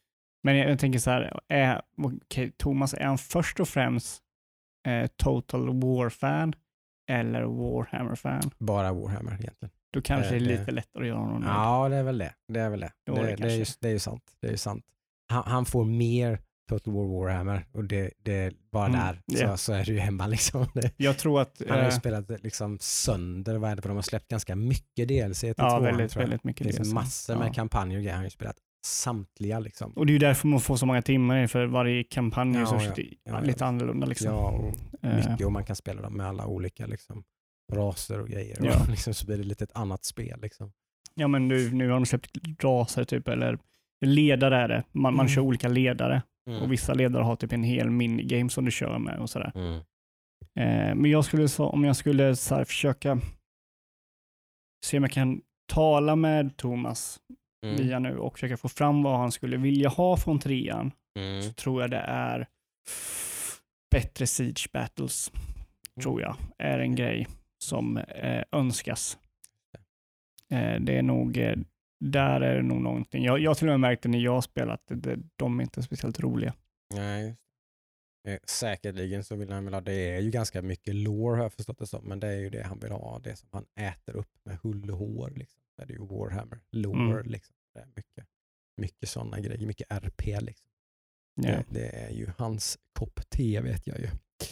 Men jag tänker så här, Thomas, är han först och främst Total War-fan eller Warhammer-fan? Bara Warhammer egentligen. Då kanske det är lite lättare att göra någon. Ja, det är väl det. Det är ju sant. Det är ju sant. Han får mer Total War Warhammer och det är bara där så är det ju hemma liksom. Jag tror att han har ju spelat liksom sönder, vad är det, för de har släppt ganska mycket DLC till tvåan, väldigt mycket DLC. Det finns massor med Ja. kampanjer och grejer. Han har ju spelat samtliga liksom. Och det är ju därför man får så många timmar för varje kampanj är så lite annorlunda liksom. Ja, och mycket, och man kan spela dem med alla olika liksom raser och grejer. Ja. Och liksom så blir det lite ett annat spel liksom. Ja, men nu har de släppt raser typ, eller ledare är det. Man kör olika ledare. Och vissa ledare har typ en hel minigame som du kör med och sådär. Men om jag skulle så här, försöka se om jag kan tala med Thomas via nu och försöka få fram vad han skulle vilja ha från 3:an, så tror jag det är bättre Siege Battles, tror jag, är en grej som önskas. Det är nog, där är det nog någonting. Jag till och med märkte när jag spelat de är inte speciellt roliga. Nej. Säkerligen så vill han väl ha, det är ju ganska mycket lore har jag förstått det som, men det är ju det han vill ha, det som han äter upp med hull och hår liksom. Det är ju Warhammer, lore liksom. Det är mycket sådana grejer, mycket RP liksom. Yeah. Det är ju hans kopp te, vet jag ju.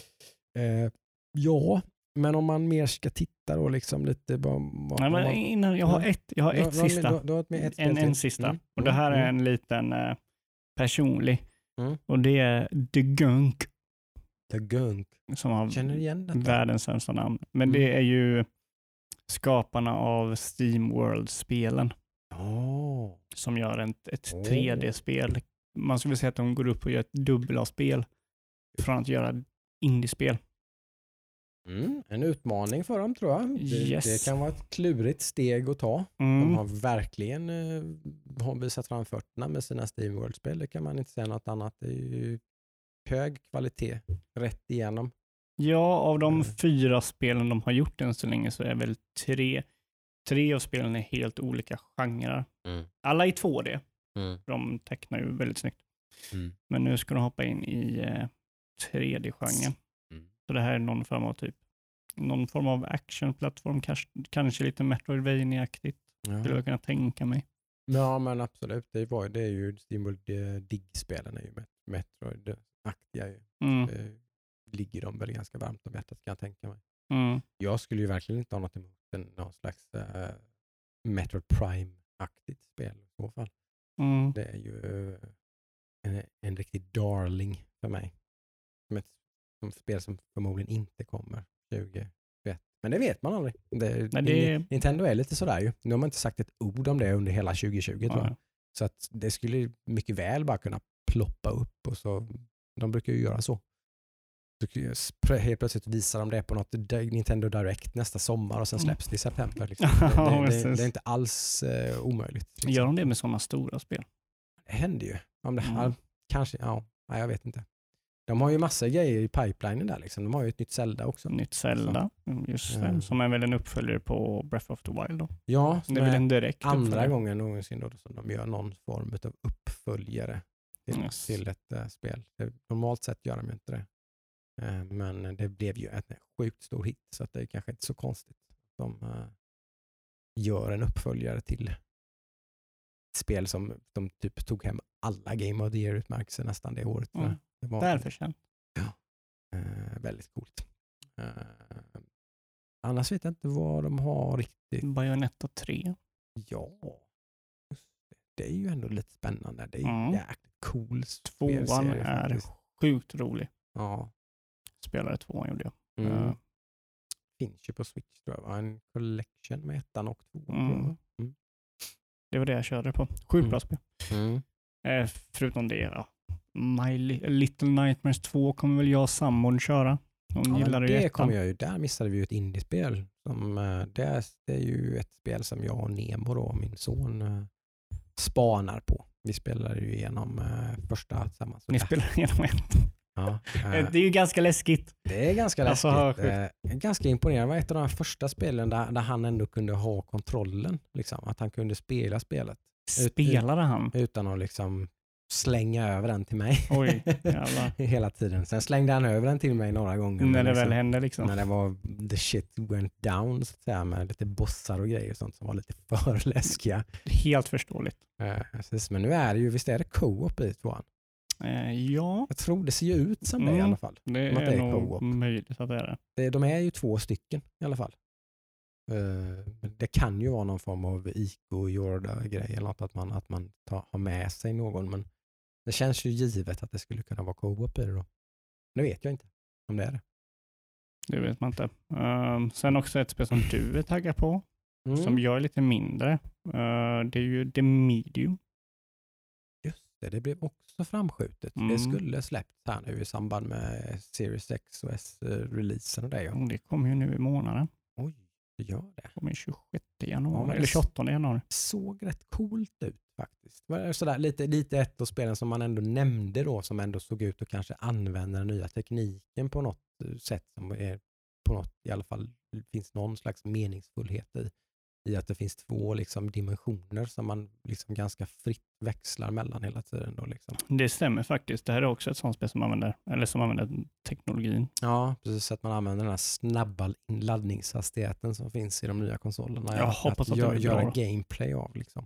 Ja, men om man mer ska titta då liksom lite innan jag har ett sista. Du har med en sista. Och det här är en liten personlig. Och det är The Gunk. The Gunk. Som har Känner igen detta? Världens sämsta namn. Men det är ju skaparna av SteamWorld-spelen. Som gör ett 3D-spel. Man skulle säga att de går upp och gör ett dubbel-A-spel från att göra indiespel. En utmaning för dem, tror jag. Det kan vara ett klurigt steg att ta. De har verkligen visat fram fötterna med sina SteamWorld-spel. Det kan man inte säga något annat. Det är ju hög kvalitet rätt igenom. Ja, av de 4 spelen de har gjort än så länge så är väl 3 av spelen är helt olika genrer. Alla i 2D. De tecknar ju väldigt snyggt. Men nu ska de hoppa in i 3D-genren. Så det här är någon form av actionplattform, kanske lite Metroidvania-aktigt. Skulle jag kunna tänka mig. Ja, men absolut. Det är ju SteamWorld Dig-spelen är ju Metroid-aktiga ju. Ligger de väl ganska varmt om hjärtat, kan jag tänka mig. Jag skulle ju verkligen inte ha något emot någon slags Metroid Prime-aktigt spel i så fall. Det är ju en riktig darling för mig. Som spel som förmodligen inte kommer 2021. Men det vet man aldrig. Nintendo är lite sådär ju. Nu har man inte sagt ett ord om det under hela 2020. Tror jag. Så att det skulle mycket väl bara kunna ploppa upp. Och så, de brukar ju göra så. Helt plötsligt visar de det på något Nintendo Direct nästa sommar och sen släpps det i september. Liksom. Det är inte alls omöjligt. Liksom. Gör de det med sådana stora spel? Det händer ju. Om det kanske, jag vet inte. De har ju massa grejer i pipelinen där liksom. De har ju ett nytt Zelda också. Nytt Zelda, just det. Som är väl en uppföljare på Breath of the Wild då. Ja, det är väl en direkt andra uppföljare. gången någonsin då som de gör någon form av uppföljare till ett spel. Normalt sett gör de ju inte det. Men det blev ju en sjukt stor hit, så att det är kanske inte så konstigt att de gör en uppföljare till ett spel som de typ tog hem alla Game of the Year-utmärkelser nästan det året. Det var därför sen. Ja. Väldigt coolt. Annars vet jag inte vad de har riktigt. Bayonetta 3. Ja. Det är ju ändå lite spännande. Det är jäkligt cool. 2:an är faktiskt sjukt rolig. Ja. Spelare 2:an gjorde jag. Finns ju på Switch, tror jag. Var en collection med 1:an och 2:an. Det var det jag körde på. Sjukt bra spel. Förutom det, My Little Nightmares 2 kommer väl jag och sambon köra. Hon gillar det kommer jag ju. Där missade vi ju ett indiespel. Det är ju ett spel som jag och Nemo då, min son, spanar på. Vi spelar ju igenom första tillsammans. Ni spelar igenom ett. Ja, det är ju ganska läskigt. Det är ganska läskigt. Ganska imponerande. Det var ett av de första spelen där han ändå kunde ha kontrollen. Liksom. Att han kunde spela spelet. Spelade han? Utan att liksom slänga över den till mig. Oj, jävlar. Hela tiden. Sen slängde han över den till mig några gånger. När det väl hände liksom. När det var the shit went down så att säga, med lite bossar och grejer och sånt som var lite för läskiga. Helt förståeligt. Men nu är det ju, visst är det co-op i tvåan? Ja. Jag tror det ser ju ut som det i alla fall. Det är nog möjligt att det är det. De är ju 2 stycken i alla fall. Det kan ju vara någon form av Ico-Jorda-grej eller något, att man har med sig någon, men det känns ju givet att det skulle kunna vara co-op i det då. Nu vet jag inte om det är det. Det vet man inte. Sen också ett spel som du är taggad på, som jag är lite mindre. Det är ju The Medium. Just det blev också framskjutet. Det skulle släppts här nu i samband med Series X och S-releasen och det. Ja. Det kommer ju nu i månaden. Oj, det gör det. Det kommer 26 januari, eller 28 januari. Såg rätt coolt ut faktiskt. Sådär, lite ett av spelen som man ändå nämnde då, som ändå såg ut att kanske använda den nya tekniken på något sätt som är på något, i alla fall finns någon slags meningsfullhet i att det finns 2 liksom dimensioner som man liksom ganska fritt växlar mellan hela tiden då liksom. Det stämmer faktiskt. Det här är också ett sånt spel som använder teknologin. Ja, precis, att man använder den här snabba laddningshastigheten som finns i de nya konsolerna. Jag hoppas att det göra gameplay av liksom.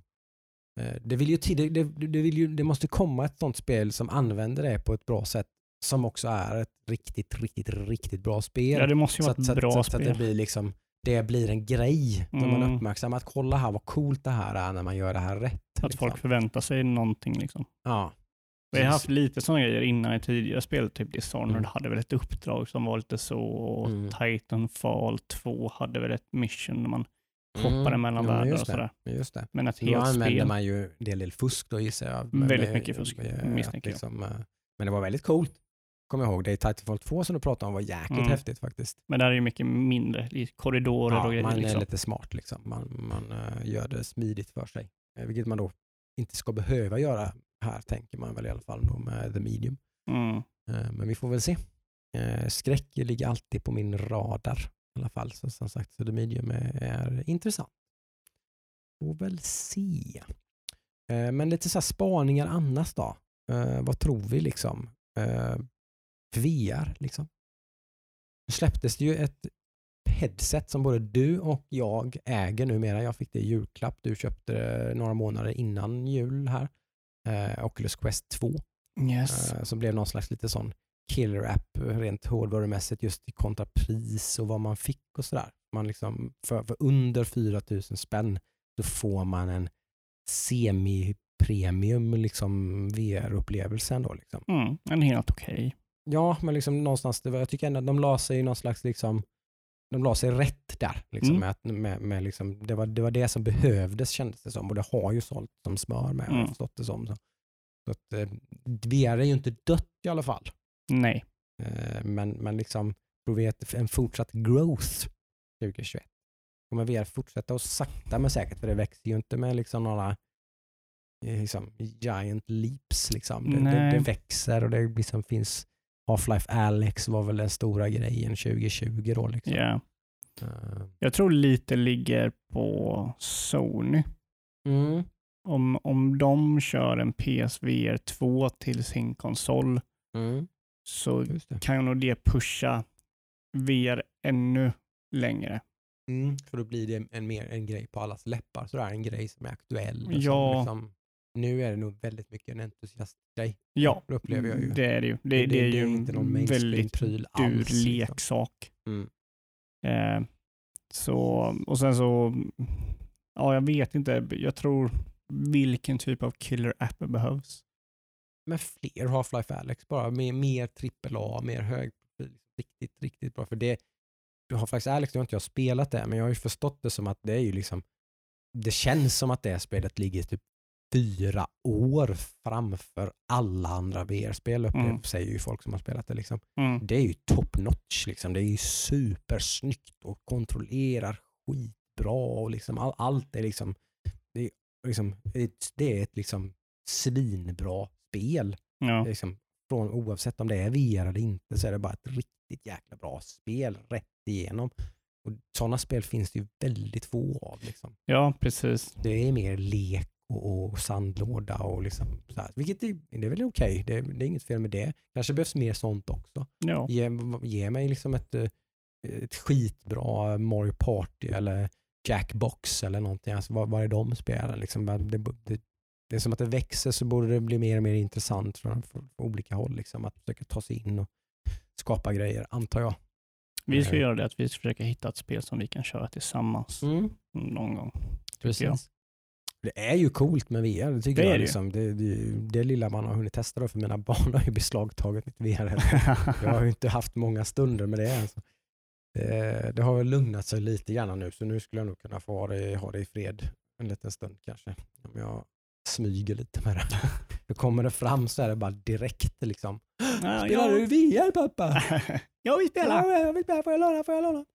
Det måste komma ett sånt spel som använder det på ett bra sätt, som också är ett riktigt bra spel. Ja, det måste ju vara ett bra spel. Så att det blir liksom, det blir en grej som man uppmärksammar, att kolla här vad coolt det här är när man gör det här rätt. Att liksom. folk förväntar sig någonting liksom. Ja. Vi har haft lite sådana grejer innan i tidigare spel, typ Dishonored hade väl ett uppdrag som var lite så, och Titanfall 2 hade väl ett mission när man hoppade mellan världar och sådär. Just det. Men ett så helt då använder spel. man ju en del fusk då, gissar jag. Väldigt mycket fusk, misstänker jag. Men det var väldigt coolt. Kommer jag ihåg, det i Titanfall 2 som du pratade om var jäkligt häftigt faktiskt. Men där är ju mycket mindre i korridorer och grejer. Man är liksom lite smart liksom. Man gör det smidigt för sig. Vilket man då inte ska behöva göra här, tänker man väl i alla fall då med The Medium. Men vi får väl se. Skräck ligger alltid på min radar i alla fall. Så som sagt, så The Medium är intressant. Får väl se. Men lite så här spaningar annars då. Vad tror vi liksom? VR liksom. Nu släpptes det ju ett headset som både du och jag äger numera. Jag fick det i julklapp. Du köpte det några månader innan jul här. Oculus Quest 2. Yes. Så blev någon slags lite sån killer app rent hårdvarumässigt just i kontrapris och vad man fick och sådär. Man liksom för under 4 000 spänn så får man en semi-premium liksom VR-upplevelse ändå liksom. En helt okej. Ja, men liksom någonstans, jag tycker ändå att de la sig i någon slags liksom, de la sig rätt där liksom, med liksom, det var det som behövdes, kändes det som, och det har ju sålt som smör med, har förstått det som. Så att VR är ju inte dött i alla fall. Nej. Men liksom tror vi att en fortsatt growth 2021 kommer VR fortsätta och sakta men säkert, för det växer ju inte med liksom några liksom giant leaps liksom. Det växer och det liksom finns. Half-Life Alyx var väl den stora grejen 2020 då liksom. Yeah. Jag tror lite ligger på Sony. Om de kör en PSVR 2 till sin konsol så kan nog det pusha VR ännu längre. För då blir det en grej på allas läppar, så det är en grej som är aktuell. Ja. Liksom, nu är det nog väldigt mycket en entusiastgrej. Ja, det upplever jag ju. Det är det ju. Det är ju inte någon en väldigt pryl dyr alls, leksak. Så, och sen så, ja, jag vet inte. Jag tror vilken typ av killer app behövs. Men fler Half-Life Alyx bara. Mer AAA, mer hög. Riktigt bra. För det, Half-Life Alyx, nu har inte jag spelat det, men jag har ju förstått det som att det är ju liksom, det känns som att det spelet ligger typ 4 år framför alla andra VR-spel, säger ju folk som har spelat det liksom. Det är ju top notch liksom. Det är ju supersnyggt och kontrollerar skitbra och liksom allt är liksom, det är ett liksom svinbra spel. Ja. Liksom, från oavsett om det är VR eller inte, så är det bara ett riktigt jäkla bra spel rätt igenom. Och sådana spel finns det ju väldigt få av liksom. Ja, precis. Det är mer lek och sandlåda och liksom så här. Vilket det är väl okej. Det är inget fel med det. Kanske behövs mer sånt också. Ja. Ge mig liksom ett skitbra Mario Party eller Jackbox eller någonting. Alltså, vad är de spelen? Liksom, det är som att det växer, så borde det bli mer och mer intressant från olika håll. Liksom, att försöka ta sig in och skapa grejer, antar jag. Vi ska göra det, att vi ska försöka hitta ett spel som vi kan köra tillsammans någon gång. Precis. Det är ju coolt med VR, det tycker det jag. Liksom. Det lilla man har hunnit testa då, för mina barn har ju beslagtagit mitt VR. Jag har ju inte haft många stunder med det. Alltså. Det har väl lugnat sig lite grann nu, så nu skulle jag nog kunna få ha det i fred en liten stund kanske. Om jag smyger lite med det. Då kommer det fram så är det bara direkt liksom. Spelar du VR, pappa? Jag vill spela. Jag vill spela, får jag låna?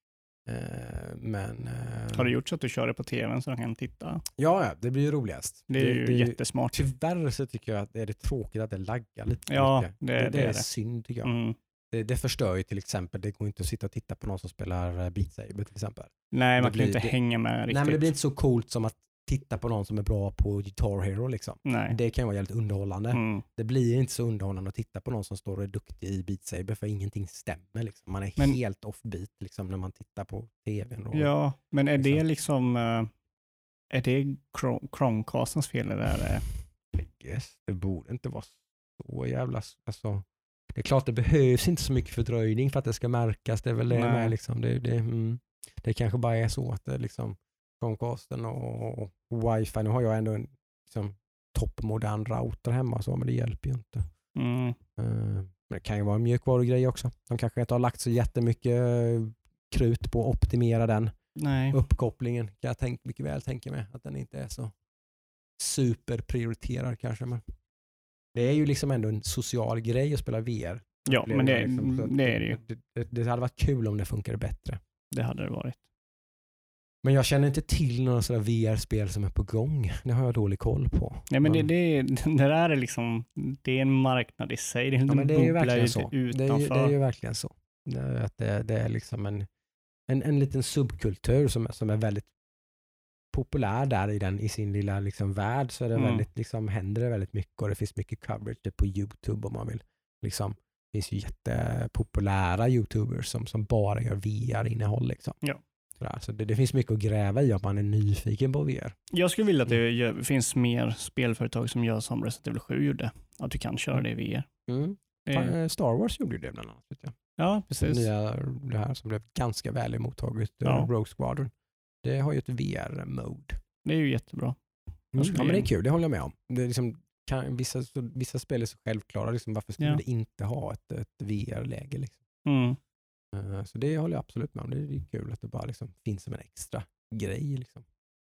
Har du gjort så att du kör det på tvn så de kan titta? Ja, det blir ju roligast. Det är ju jättesmart. Tyvärr så tycker jag att det är tråkigt att det laggar lite. Ja, mycket. det är synd tycker jag. Det förstör ju till exempel. Det går inte att sitta och titta på någon som spelar Beat Saber till exempel. Nej, man kan inte hänga med riktigt. Nej, men det blir inte så coolt som att titta på någon som är bra på Guitar Hero liksom. Nej. Det kan ju vara jävligt underhållande. Det blir inte så underhållande att titta på någon som står och är duktig i Beat Saber, för ingenting stämmer liksom. Man är helt offbeat liksom när man tittar på tvn. Ja, men är det liksom är det Chromecastens fel eller är det? Yes, det borde inte vara så jävla, alltså, det är klart det behövs inte så mycket fördröjning för att det ska märkas. Det är väl det med liksom, det kanske bara är så att det liksom Chromecasten och wifi. Nu har jag ändå en liksom, toppmodern router hemma så, men det hjälper ju inte. Men det kan ju vara en mjukvarugrej också. De kanske inte har lagt så jättemycket krut på att optimera den uppkopplingen. Kan jag mycket väl tänka mig att den inte är så superprioriterad kanske. Men det är ju liksom ändå en social grej att spela VR. Ja, men det är det ju. Det hade varit kul om det funkade bättre. Det hade det varit. Men jag känner inte till några sådana VR-spel som är på gång. Det har jag dålig koll på. Nej, men det där är liksom, det är en marknad i sig. Men det är ju verkligen så. Utanför. Det är ju verkligen så. Det är liksom en liten subkultur som är väldigt populär där i sin lilla liksom värld, så är det väldigt, liksom, händer det väldigt mycket och det finns mycket coverage på YouTube om man vill. Liksom, det finns ju jättepopulära YouTubers som bara gör VR-innehåll. Liksom. Ja. Så det finns mycket att gräva i om man är nyfiken på VR. Jag skulle vilja att det finns mer spelföretag som gör som Resident Evil 7 gjorde. Att du kan köra det i VR. Star Wars gjorde ju det bland annat. Vet jag. Ja, precis. Det här som blev ganska väl emottaget, Rogue Squadron. Det har ju ett VR-mode. Det är ju jättebra. Ja, men det är kul, det håller jag med om. Det är liksom, vissa spel är så självklara. Liksom, varför skulle det inte ha ett VR-läge? Liksom? Så det håller jag absolut med om. Det är kul att det bara liksom finns som en extra grej. Liksom.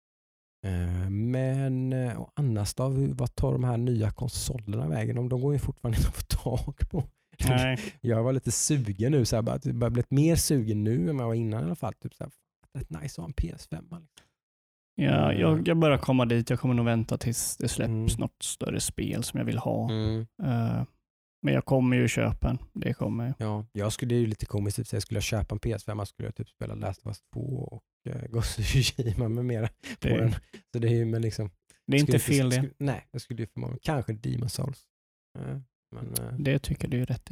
Men annars då, vad tar de här nya konsolerna vägen? De går ju fortfarande inte att få tag på. Nej. Jag var lite sugen nu. Jag har blivit mer sugen nu än vad jag var innan i alla fall. Typ såhär, rätt nice att ha en PS5. Liksom. Ja, jag börjar komma dit. Jag kommer nog vänta tills det släpps något större spel som jag vill ha. Men jag kommer ju köpa en. Det kommer jag. Ja, det är ju lite komiskt. Typ, så jag skulle köpa en PS5 skulle jag typ spela Last of Us 2 och Ghost of Tsushima med mera på den. Så det är ju men liksom... Det är inte fel det. Nej, jag skulle ju förmodligen kanske Demon's Souls. Men, det tycker du är rätt i.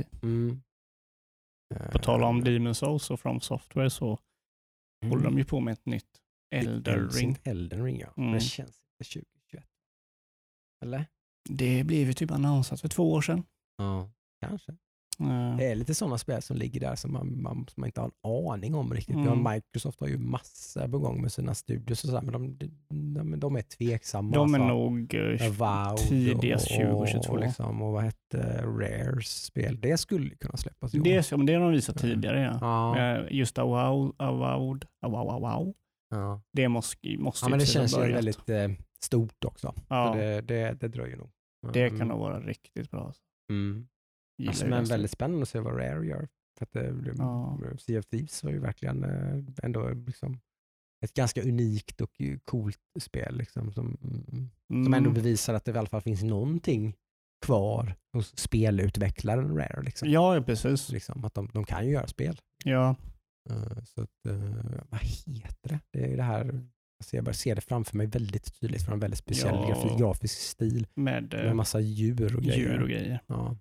På tal om Demon's Souls och From Software så håller de ju på med ett nytt Elden Ring, ja. Det känns inte 2021. Eller? Det blev ju typ annonsat för 2 år sedan. Ja, kanske. Det är lite sådana spel som ligger där som man inte har en aning om riktigt. Microsoft har ju massor på gång med sina studios och så, men de är tveksamma. De är nog tidigast 2022. Och vad hette Rares spel? Det skulle kunna släppas. Det har de visat tidigare, ja. Just Avowed. Ja. Det måste men det känns ju väldigt stort också. Ja. Så det dröjer nog. Det kan nog vara riktigt bra. Men väldigt spännande att se vad Rare gör. För att Sea of Thieves var ju verkligen ändå liksom ett ganska unikt och coolt spel liksom, som ändå bevisar att det i alla fall finns någonting kvar hos spelutvecklaren Rare. Liksom. Ja, precis. Liksom, att de kan ju göra spel. Ja. Så att, vad heter det? Det är ju det här Alltså jag bara ser det framför mig väldigt tydligt för en väldigt speciell grafisk stil. Med en massa djur och grejer. Ja.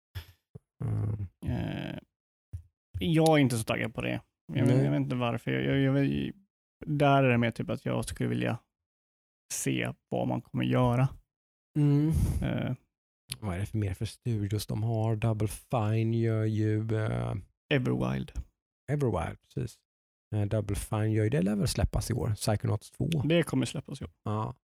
Jag är inte så taggad på det. Jag vet inte varför. Där är det mer typ att jag skulle vilja se vad man kommer göra. Vad är det mer för studios de har? Double Fine gör ju... Everwild, precis. Double Fine gör ju det, lär väl släppas i år. Psychonauts 2. Det kommer släppas i år. Ja.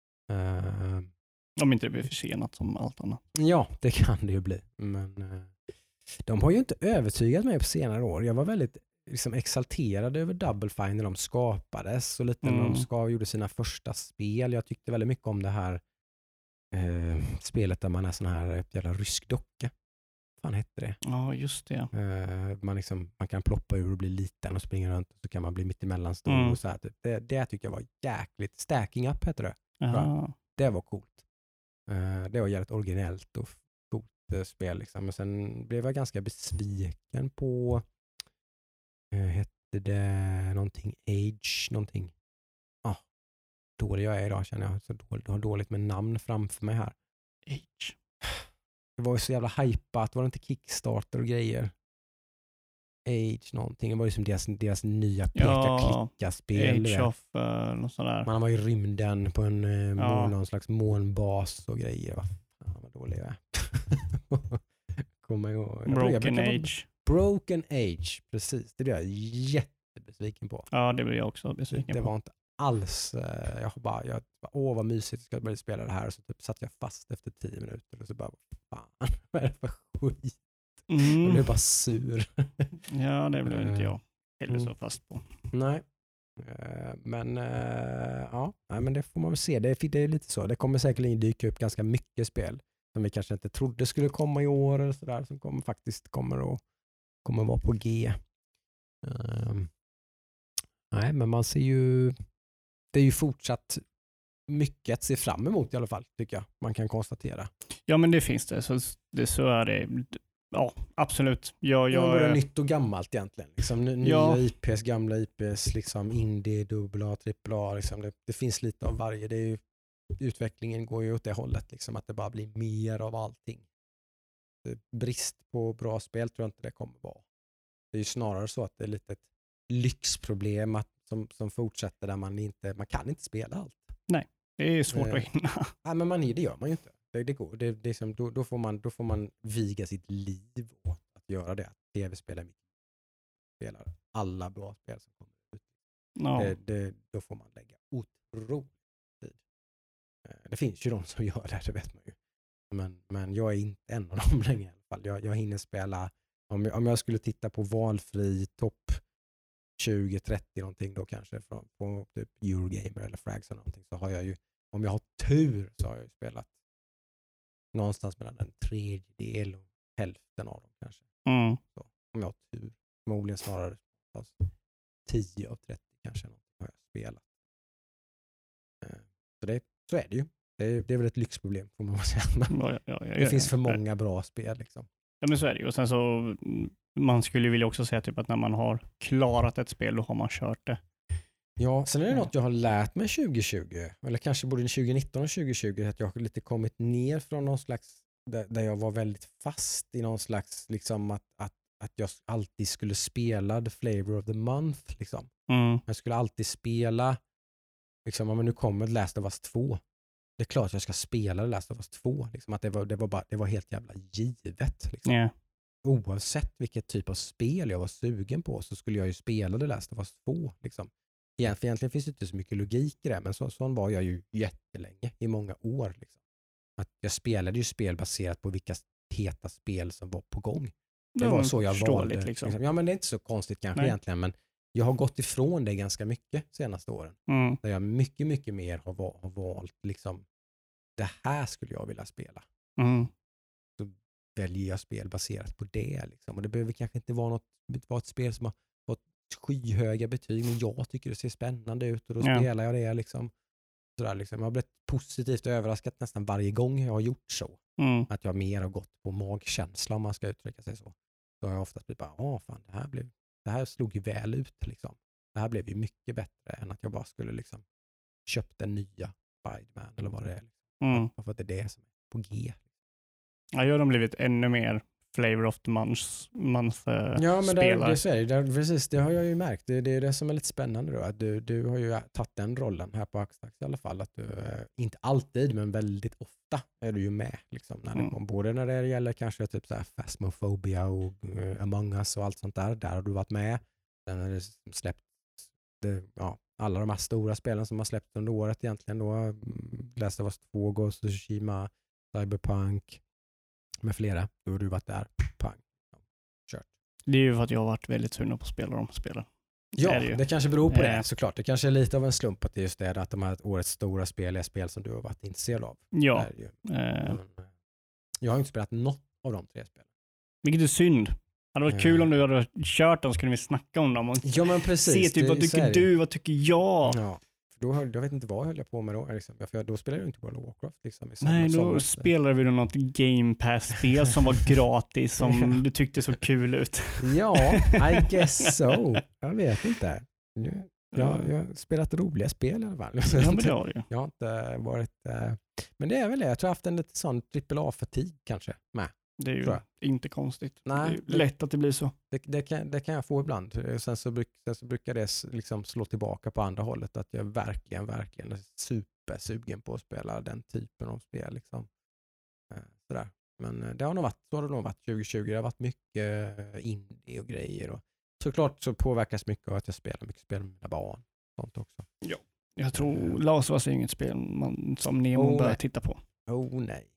Om inte det blir försenat som allt annat. Ja, det kan det ju bli. Men de har ju inte övertygat mig på senare år. Jag var väldigt liksom exalterad över Double Fine när de skapades och lite när de gjorde sina första spel. Jag tyckte väldigt mycket om det här spelet där man är sån här jävla rysk docka. Vad fan hette det? Ja, just det. Man kan ploppa ur och bli liten och springa runt och så kan man bli mitt emellan stor och så här. Det tycker jag var jäkligt. Stacking Up hette det. Det var coolt. Det var jävligt originellt och coolt spel liksom. Men sen blev jag ganska besviken på hette det någonting Age någonting. Dålig jag är idag känner jag. Så har dåligt med namn framför mig här. Age. Det var ju så jävla hypat. Var det inte Kickstarter och grejer? Age någonting. Det var ju som deras nya peka-klicka-spel. Age of något sådär. Man var i rymden på någon slags månbas och grejer. Vad dålig jag är. Kommer ihåg. Broken Age. Broken Age, precis. Det blev jag jättebesviken på. Ja, det blev jag också besviken på. Det var inte alls. Jag bara, vad mysigt, ska jag börja spela det här. Och så typ satt jag fast efter 10 minuter. Och så bara, fan, vad är det för skit? Jag blev bara sur. Ja, det blev inte jag heller så fast på. Nej. Men det får man väl se. Det är lite så. Det kommer säkerligen dyka upp ganska mycket spel som vi kanske inte trodde skulle komma i år eller sådär, som kommer vara på G. Nej, men man ser ju, det är ju fortsatt mycket att se fram emot i alla fall, tycker jag. Man kan konstatera. Ja, men det finns det. Så är det. Ja, absolut. Både nytt och gammalt egentligen. Liksom, nya IPs, gamla IPs, liksom indie, AA, AAA. Liksom. Det finns lite av varje. Det är ju, utvecklingen går ju åt det hållet. Liksom, att det bara blir mer av allting. Brist på bra spel tror jag inte det kommer vara. Det är ju snarare så att det är lite ett lyxproblem som fortsätter där man kan inte spela allt. Nej, det är svårt att hinna. Nej, men det gör man ju inte. Det går. Det är som, då får man viga sitt liv åt att göra det. Att tv-spel spelar alla bra spel som kommer ut. No. Då får man lägga otroligt tid. Det finns ju de som gör det vet man ju. Men jag är inte en av dem längre i alla fall. Jag hinner spela, om jag skulle titta på valfri topp 20-30 någonting då kanske på typ Eurogamer eller Frags eller någonting, så har jag ju, om jag har tur så har jag ju spelat någonstans mellan en tredjedel och hälften av dem kanske. Så, om jag har tur. Förmodligen snarare 10 av 30 kanske har jag spelat. Så är det ju. Det är väl ett lyxproblem får man väl säga. Det finns för många bra spel liksom. Ja, men så är det ju. Och sen så man skulle vilja också säga typ att när man har klarat ett spel då har man kört det. Ja, sen är det något jag har lärt mig 2020 eller kanske både 2019 och 2020 att jag har lite kommit ner från någon slags där jag var väldigt fast i någon slags liksom att jag alltid skulle spela the flavor of the month liksom. Jag skulle alltid spela liksom, om nu kommer Last of Us 2. Det är klart jag ska spela The Last of Us 2 liksom, att det var helt jävla givet liksom. Yeah. Oavsett vilket typ av spel jag var sugen på så skulle jag ju spela The Last of Us 2 liksom. Egentligen finns det inte så mycket logik i det, men sån var jag ju jättelänge, i många år liksom. Att jag spelade ju spel baserat på vilka heta spel som var på gång. Det var så jag valde. Liksom. Ja, men det är inte så konstigt kanske egentligen, men jag har gått ifrån det ganska mycket senaste åren. Där jag mycket, mycket mer har valt liksom, det här skulle jag vilja spela. Så väljer jag spel baserat på det liksom. Och det behöver kanske inte vara ett spel som har fått skyhöga betyg, men jag tycker det ser spännande ut och då spelar jag det liksom. Sådär, liksom. Jag har blivit positivt överraskad nästan varje gång jag har gjort så. Att jag mer har gått på magkänsla, om man ska uttrycka sig så. Så har jag oftast blivit bara, fan, det här slog ju väl ut liksom. Det här blev ju mycket bättre än att jag bara skulle liksom köpte nya Spider-Man eller vad det är. För att det är det som är på G. Ja, jag har de blivit ännu mer flavor of the month ja, men spelare. Precis, det har jag ju märkt. Det är det som är lite spännande då. Att du har ju tagit den rollen här på Axtax i alla fall. Att du, inte alltid, men väldigt ofta är du ju med. Liksom, både när det gäller kanske typ så här Phasmophobia och Among Us och allt sånt där. Där har du varit med. Sen har det släppt alla de här stora spelen som har släppt under året egentligen. Då Last of Us 2, Ghost of Tsushima, Cyberpunk med flera. Då har du varit där. Pang. Kört. Det är ju för att jag har varit väldigt sugen på att spela de spelen. Ja, det kanske beror på det såklart. Det kanske är lite av en slump att det just är att de här årets stora spel är spel som du har varit intresserad av. Ja. Jag har inte spelat något av de 3 spelen. Vilket är synd. Det hade varit kul om du hade kört dem, så kunde vi snacka om dem. Och men precis. Se typ, vad tycker du, vad tycker jag? Ja. Jag vet inte vad jag höll på med då. Liksom. För då spelade jag inte World of Warcraft. Liksom, nej, då spelade vi något Game Pass-spel som var gratis, som du tyckte så kul ut. Ja, I guess so. Jag vet inte. Jag har spelat roliga spel i alla fall. Ja, men det har du. Jag har inte varit... men det är väl det. Jag tror jag har haft en lite sån AAA-fatig kanske med. Det är ju inte konstigt. Nej, det är lätt att det blir så. Det kan jag få ibland. Sen så brukar det liksom slå tillbaka på andra hållet. Att jag verkligen är supersugen på att spela den typen av spel. Liksom. Sådär. Men det har nog varit 2020. Det har varit mycket indie och grejer. Och såklart så påverkas mycket av att jag spelar mycket spel med mina barn. Sånt också. Ja. Jag tror Last of Us är inget spel som Nemo bör titta på. Nej.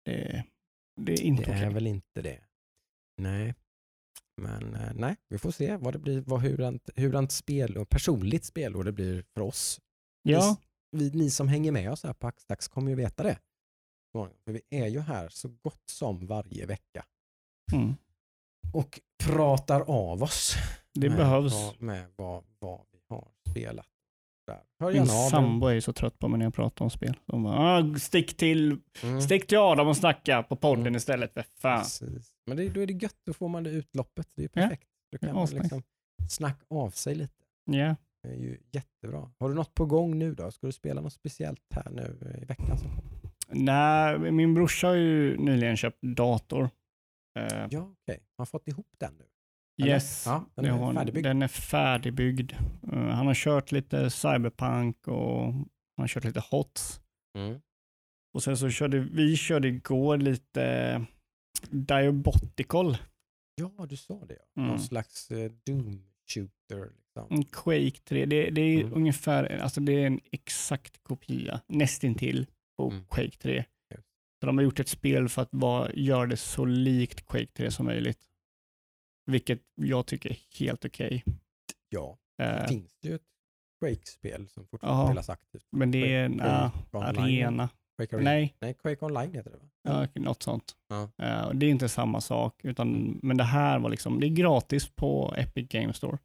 Det är inte okej. Det är väl inte det. Nej. Men nej, vi får se vad det blir, hurdant spel och personligt spel och det blir för oss. Ja. Ni som hänger med oss här på Axtax kommer ju veta det. För vi är ju här så gott som varje vecka. Och pratar av oss. Det behövs. Med vad vi har spelat. Min sambo är så trött på mig när jag pratar om spel. De bara, stick till Adam och snacka på podden istället. För fan. Precis. Men då är det gött, då får man det utloppet. Det är perfekt. Då kan man liksom snacka av sig lite. Ja. Det är ju jättebra. Har du något på gång nu då? Ska du spela något speciellt här nu i veckan? Nej, min brorsa har ju nyligen köpt dator. Ja, okej. Har fått ihop den nu? Yes, ja, den är färdigbyggd. Han har kört lite Cyberpunk och han har kört lite HOTS. Och sen så körde igår lite Diabotical. Ja, du sa det. Någon slags Doom shooter. Liksom. Quake 3. Det är ungefär, alltså det är en exakt kopia, nästintill på Quake 3. Så de har gjort ett spel för att göra det så likt Quake 3 som möjligt. Vilket jag tycker är helt okej. Ja, det finns ju ett Quake-spel som fortfarande spelas aktivt. Men det är en arena. Nej, Quake Online heter det va? Ja, något sånt. Det är inte samma sak. Men det här var liksom, det är gratis på Epic Games Store.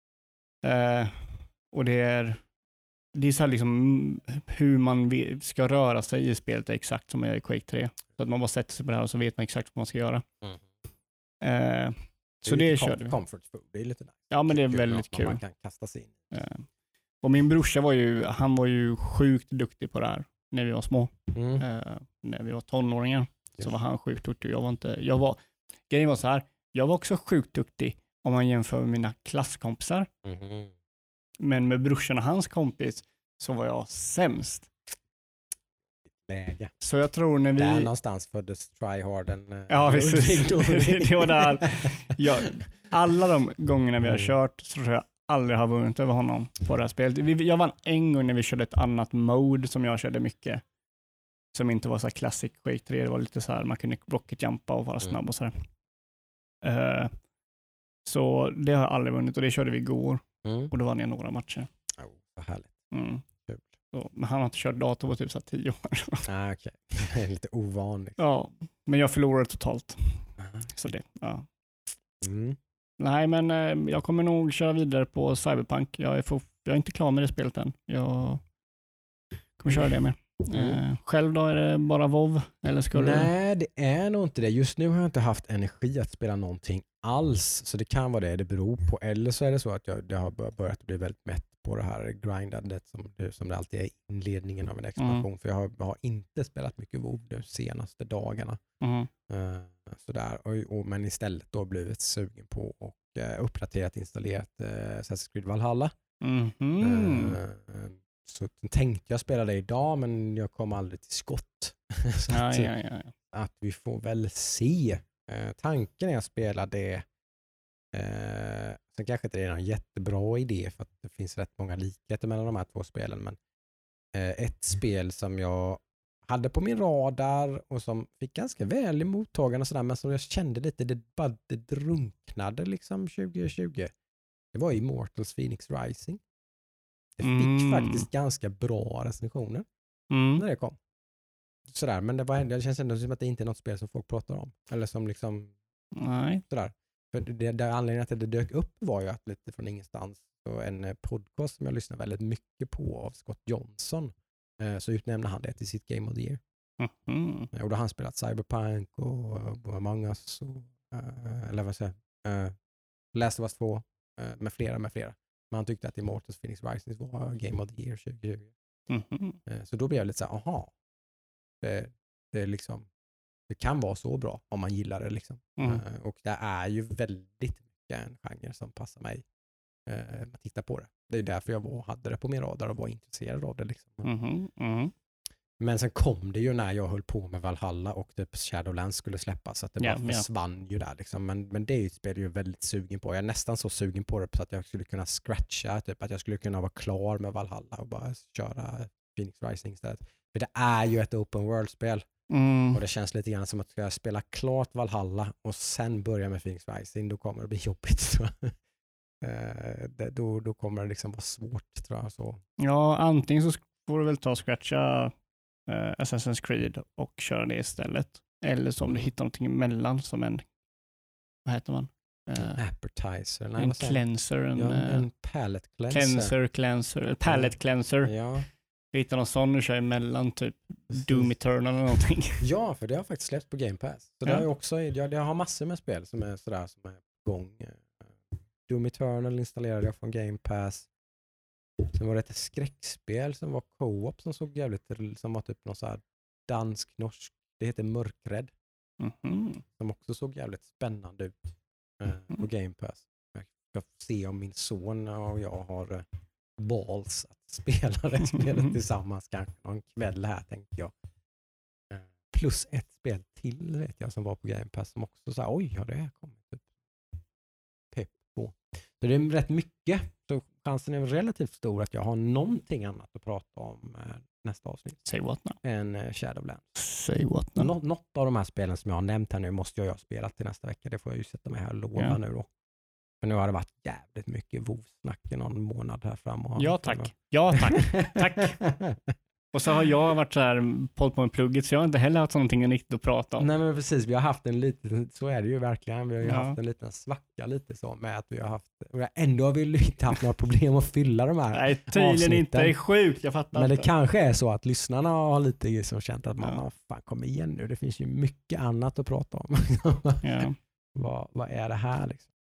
Och det är så här liksom hur man ska röra sig i spelet är exakt som man gör i Quake 3. Så att man bara sätter sig på det här och så vet man exakt vad man ska göra. Så det körde vi. Comfort food, det är lite nice. Ja, men det är väldigt kul. Man kan kasta sig in. Och min brorsa var ju sjukt duktig på det här när vi var små. När vi var tonåringar så var han sjukt duktig. Grejen var så här, jag var också sjukt duktig om man jämför med mina klasskompisar. Men med brorsan och hans kompis så var jag sämst. Läge. Så jag tror när vi... Där någonstans föddes tryharden. Ja, precis. Det var där. Alla de gångerna vi har kört så tror jag aldrig har vunnit över honom på det här spelet. Jag vann en gång när vi körde ett annat mode som jag körde mycket. Som inte var så här classic Quake 3. Det var lite så här, man kunde rocket jumpa och vara snabb och så här. Så det har jag aldrig vunnit och det körde vi igår. Och då vann jag några matcher. Vad härligt. Så, men han har inte kört dator på typ så här 10 år. Okej. Det är lite ovanligt. Ja, men jag förlorade totalt. Så det, ja. Nej, men jag kommer nog köra vidare på Cyberpunk. Jag är inte klar med det spelet än. Jag kommer köra det med. Själv då, är det bara WoW? Eller ska Nej, det är nog inte det. Just nu har jag inte haft energi att spela någonting alls. Så det kan vara det beror på. Eller så är det så att jag har börjat bli väldigt mätt på det här grindandet som det alltid är i inledningen av en expansion. För jag har inte spelat mycket WoW de senaste dagarna. Sådär. Men istället då blivit sugen på och uppdaterat, installerat Assassin's Creed Valhalla. Så tänkte jag spela det idag, men jag kom aldrig till skott. Så att vi får väl se. Tanken är att spela det. Sen kanske inte det är en jättebra idé för att det finns rätt många likheter mellan de här två spelen. Men ett spel som jag hade på min radar och som fick ganska väl i mottagande och sådär, men som jag kände lite, det drunknade liksom 2020. Det var Immortals Phoenix Rising. Det fick faktiskt ganska bra recensioner när det kom. Sådär, men det känns ändå som att det inte är något spel som folk pratar om. Eller som liksom sådär. För det anledningen att det dök upp var ju att lite från ingenstans och en podcast som jag lyssnar väldigt mycket på av Scott Johnson, så utnämnde han det till sitt Game of the Year. Och då har han spelat Cyberpunk och Among Us och eller vad säger Last of Us 2 med flera. Men han tyckte att Immortals Phoenix Rising var Game of the Year 2020. Så då blev jag lite så här, aha. Det är liksom, det kan vara så bra om man gillar det liksom. Och det är ju väldigt mycket en genre som passar mig att titta på det. Det är därför jag hade det på min radar och var intresserad av det liksom. Men sen kom det ju när jag höll på med Valhalla och typ Shadowlands skulle släppas, så att det bara försvann ju där liksom. Men det är ju ett spel jag är väldigt sugen på. Jag är nästan så sugen på det så att jag skulle kunna scratcha, typ att jag skulle kunna vara klar med Valhalla och bara köra Phoenix Rising istället. För det är ju ett open world-spel. Och det känns lite grann som att jag spela klart Valhalla och sen börja med Phoenix Rising, då kommer det bli jobbigt. Då kommer det liksom vara svårt, tror jag. Så. Ja, antingen så får du väl ta och scratcha Assassin's Creed och köra det istället. Eller så om du hittar någonting emellan som en, vad heter man? Appetizer. Nej, en cleanser. En palette cleanser. Palette cleanser. Ja. Hittar någon sån och kör emellan, typ Doom Eternal eller någonting. Ja, för det har faktiskt släppts på Game Pass. Så det har också, jag har massor med spel som är sådär som är på gång. Doom Eternal installerade jag från Game Pass. Sen var det ett skräckspel som var co-op som såg jävligt, som var typ någon så här dansk-norsk. Det heter Mörkrädd. Som också såg jävligt spännande ut på Game Pass. Jag ska se om min son och jag har balls att spela det spelet tillsammans kanske någon kväll här, tänkte jag. Plus ett spel till vet jag som var på Game Pass som också sa oj, har det kommit typ pepp på. Så det är rätt mycket, så chansen är relativt stor att jag har någonting annat att prata om nästa avsnitt. Say what now? Än Shadowlands. Say what now? Något av de här spelen som jag har nämnt här nu måste jag spela till nästa vecka. Det får jag ju sätta mig här och lova nu då. För nu har det varit jävligt mycket WoW-snack i någon månad här fram. Ja tack. Tack. Och så har jag varit så här på med plugget, så jag har inte heller haft någonting riktigt att prata om. Nej men precis, vi har haft en liten, så är det ju verkligen, vi har ju haft en liten svacka lite så med att vi har haft, ändå har vi inte haft några problem att fylla de här Nej, tydligen inte, det är sjukt, jag fattar. Men det kanske är så att lyssnarna har lite som känt att man fan kommer igen nu, det finns ju mycket annat att prata om. Vad är det här liksom?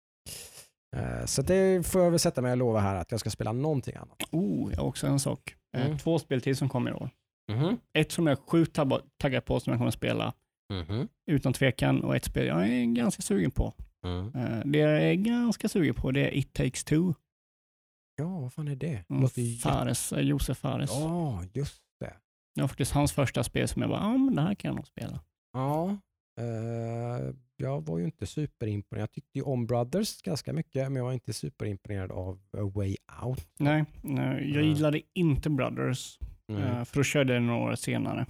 Så det får jag väl sätta mig och lova här att jag ska spela någonting annat. Jag har också en sak. 2 spel till som kommer i år. Ett som jag är sjukt taggad på som jag kommer att spela utan tvekan, och ett spel jag är ganska sugen på. Det jag är ganska sugen på, det är It Takes Two. Ja, vad fan är det? Josef Fares. Ja, just det. Det var faktiskt hans första spel som jag bara, men det här kan jag nog spela. Ja, jag var ju inte superimponerad. Jag tyckte ju om Brothers ganska mycket, men jag var inte superimponerad av A Way Out. Nej, jag gillade inte Brothers. För då körde jag några år senare.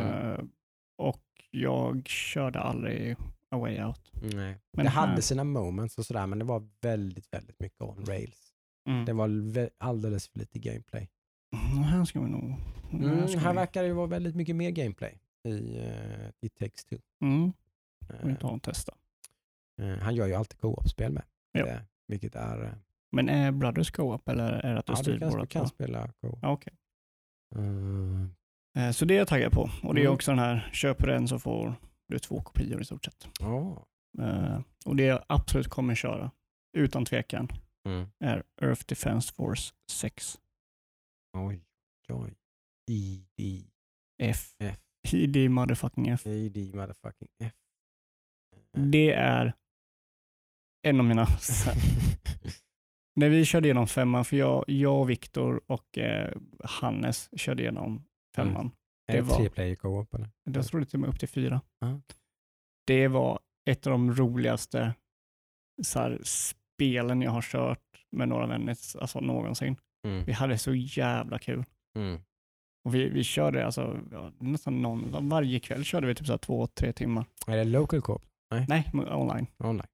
Och jag körde aldrig A Way Out. Nej. Men det hade sina moments och sådär, men det var väldigt, väldigt mycket on rails. Det var alldeles för lite gameplay. Här ska vi nog... Här verkar det ju vara väldigt mycket mer gameplay i It Takes Two. Vi tar och testa. Han gör ju alltid co-op-spel med. Det, vilket är... Men är Brothers co-op eller är det att du styr båda? Ja, du kan spela co-op. Okej. Så det är jag taggad på. Och det är också den här, köper den så får du 2 kopior i stort sett. Och det jag absolut kommer köra, utan tvekan, är Earth Defense Force 6. Oj. ID motherfucking F. Det är en av mina... När vi körde igenom 5:an, för jag Viktor och Hannes körde igenom 5:an. Det var 3-player co-op eller? Jag tror det till och med upp till 4. Uh-huh. Det var ett av de roligaste så här, spelen jag har kört med några vänner alltså, någonsin. Vi hade så jävla kul. Och vi körde alltså nästan varje kväll körde vi typ så här 2-3 timmar. Är det local co-op? Nej, online.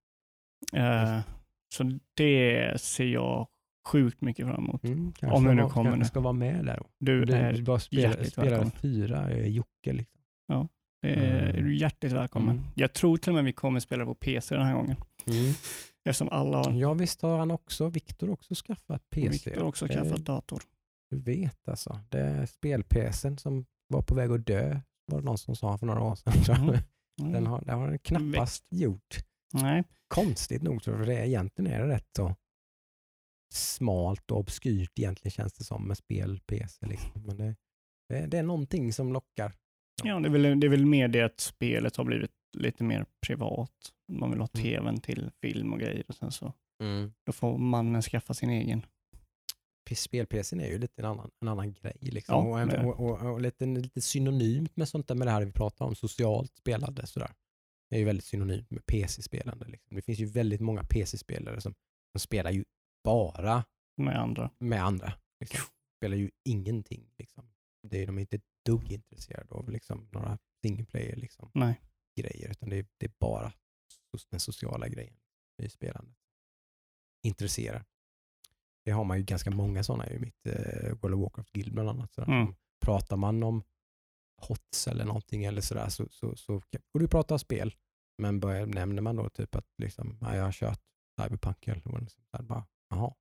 Så det ser jag sjukt mycket fram emot. Om du nu kommer nu. Ska vara med där då. Du är bara hjärtligt välkommen. 4 Jocke liksom. Ja, det är du hjärtligt välkommen. Jag tror till och med vi kommer spela på PC den här gången. Eftersom alla har... Ja, visst har han också, Viktor också skaffat PC. Viktor har också skaffat dator. Du vet alltså, det är spel-PC:n som var på väg att dö, var det någon som sa för några år sedan. Den har den knappast gjort. Nej. Konstigt nog, för det egentligen är det rätt så smalt och obskyrt egentligen känns det som med spel-PC. Liksom. Men det är någonting som lockar. Ja, det är väl mer det att spelet har blivit lite mer privat. Man vill ha tvn till film och grejer och sen så då får mannen skaffa sin egen. Spel-PCn är ju lite en annan grej. Liksom. Ja, och lite synonymt med sånt där med det här vi pratar om, socialt spelande. Sådär. Det är ju väldigt synonymt med PC-spelande. Liksom. Det finns ju väldigt många PC-spelare som spelar ju bara med andra. Liksom. Spelar ju ingenting. Liksom. De är inte ett dugg intresserade av liksom, några single player liksom, grejer. Utan det är bara den sociala grejen i spelandet. Intresserar. Det har man ju ganska många sådana i mitt World of Warcraft Guild bland annat. Pratar man om HOTS eller någonting eller sådär så får du prata om spel. Men nämner man då typ att liksom, jag har kört Cyberpunk eller något sådär, bara, jaha.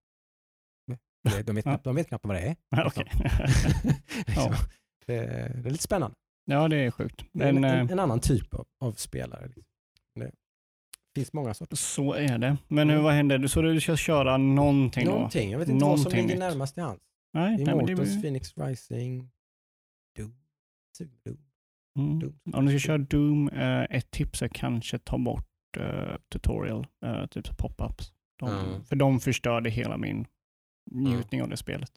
De vet knappt vad det är. Okay. Liksom. Det är lite spännande. Ja, det är sjukt. En annan typ av spelare. Liksom. Det finns många sorter. Så är det. Men vad händer? Så du ska köra någonting då? Någonting. Jag vet inte vad som ligger närmast i hands. Immortals, Phoenix Rising, Doom. Om du ska köra Doom, ett tips är kanske ta bort tutorial, typ pop-ups. För de förstörde hela min njutning av det spelet.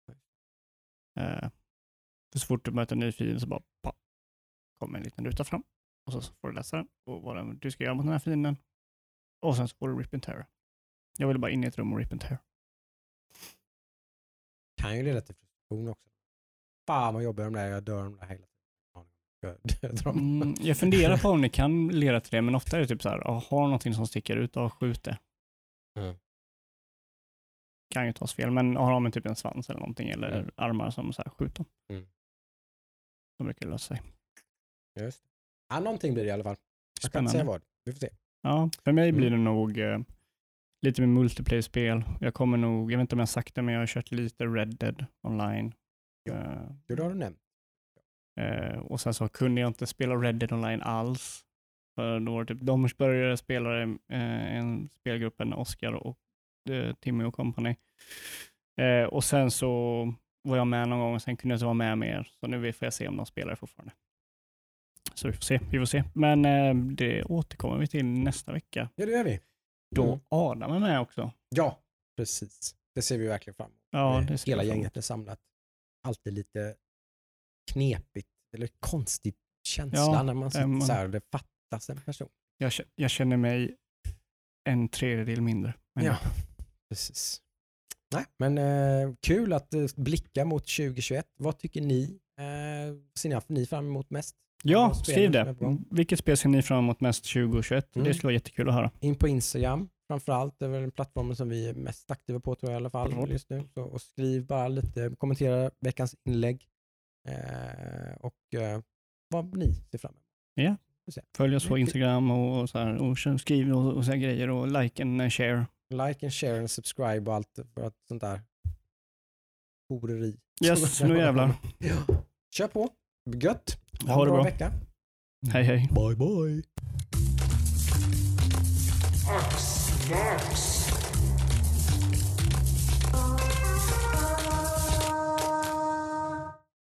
För så fort du möter en ny fiende så bara kommer en liten ruta fram och så får du läsa den och vad du ska göra mot den här fienden och sen så får du rip and tear. Jag vill bara in i ett rum och rip and tear. Kan ju leda till frustration också. Fan vad jobbar de där, jag dör de där hela tiden. Jag funderar på om det kan leda till det, men ofta är det typ så här, har någonting som sticker ut och skjut det. Kan ju tas fel, men har de typ en svans eller någonting eller armar som så här skjuter. Så brukar det lösa sig. Just. Ja, någonting blir det i alla fall. Jag kan inte säga vad. Vi får se. Ja, för mig blir det nog lite med multiplayer-spel. Jag vet inte om jag har sagt det, men jag har kört lite Red Dead online. Jo, det har du nämnt. Och sen så kunde jag inte spela Red Dead online alls. För då var det typ, de började spela en spelgruppen, Oscar och Timmy och company. Och sen så var jag med någon gång och sen kunde jag inte vara med mer. Så nu får jag se om de spelar fortfarande. Så vi får se. Men det återkommer vi till nästa vecka. Ja, det gör vi. Då Adam är med också. Ja, precis. Det ser vi verkligen fram emot. Ja, det ser hela gänget är samlat. Alltid lite knepigt eller konstig känsla när man sitter så här och det fattas en person. Jag känner mig 1/3 mindre. Ja, precis. Nej, men kul att blicka mot 2021. Vad tycker ni? Ser ni fram emot mest? Ja, skriv det. Vilket spel ser ni fram emot mest 2021? Det skulle vara jättekul att höra. In på Instagram framförallt. Det är väl den plattformen som vi är mest aktiva på tror jag i alla fall just nu. Så, och skriv bara lite, kommentera veckans inlägg och vad ni ser fram emot. Ja. Följ oss på Instagram och så här, och skriv och så här grejer och like and share. Like and share and subscribe och allt för att sånt där horeri. Yes, nu jävlar. Ja. Kör på. Gött. Ha en bra vecka. Hej hej. Bye bye. dark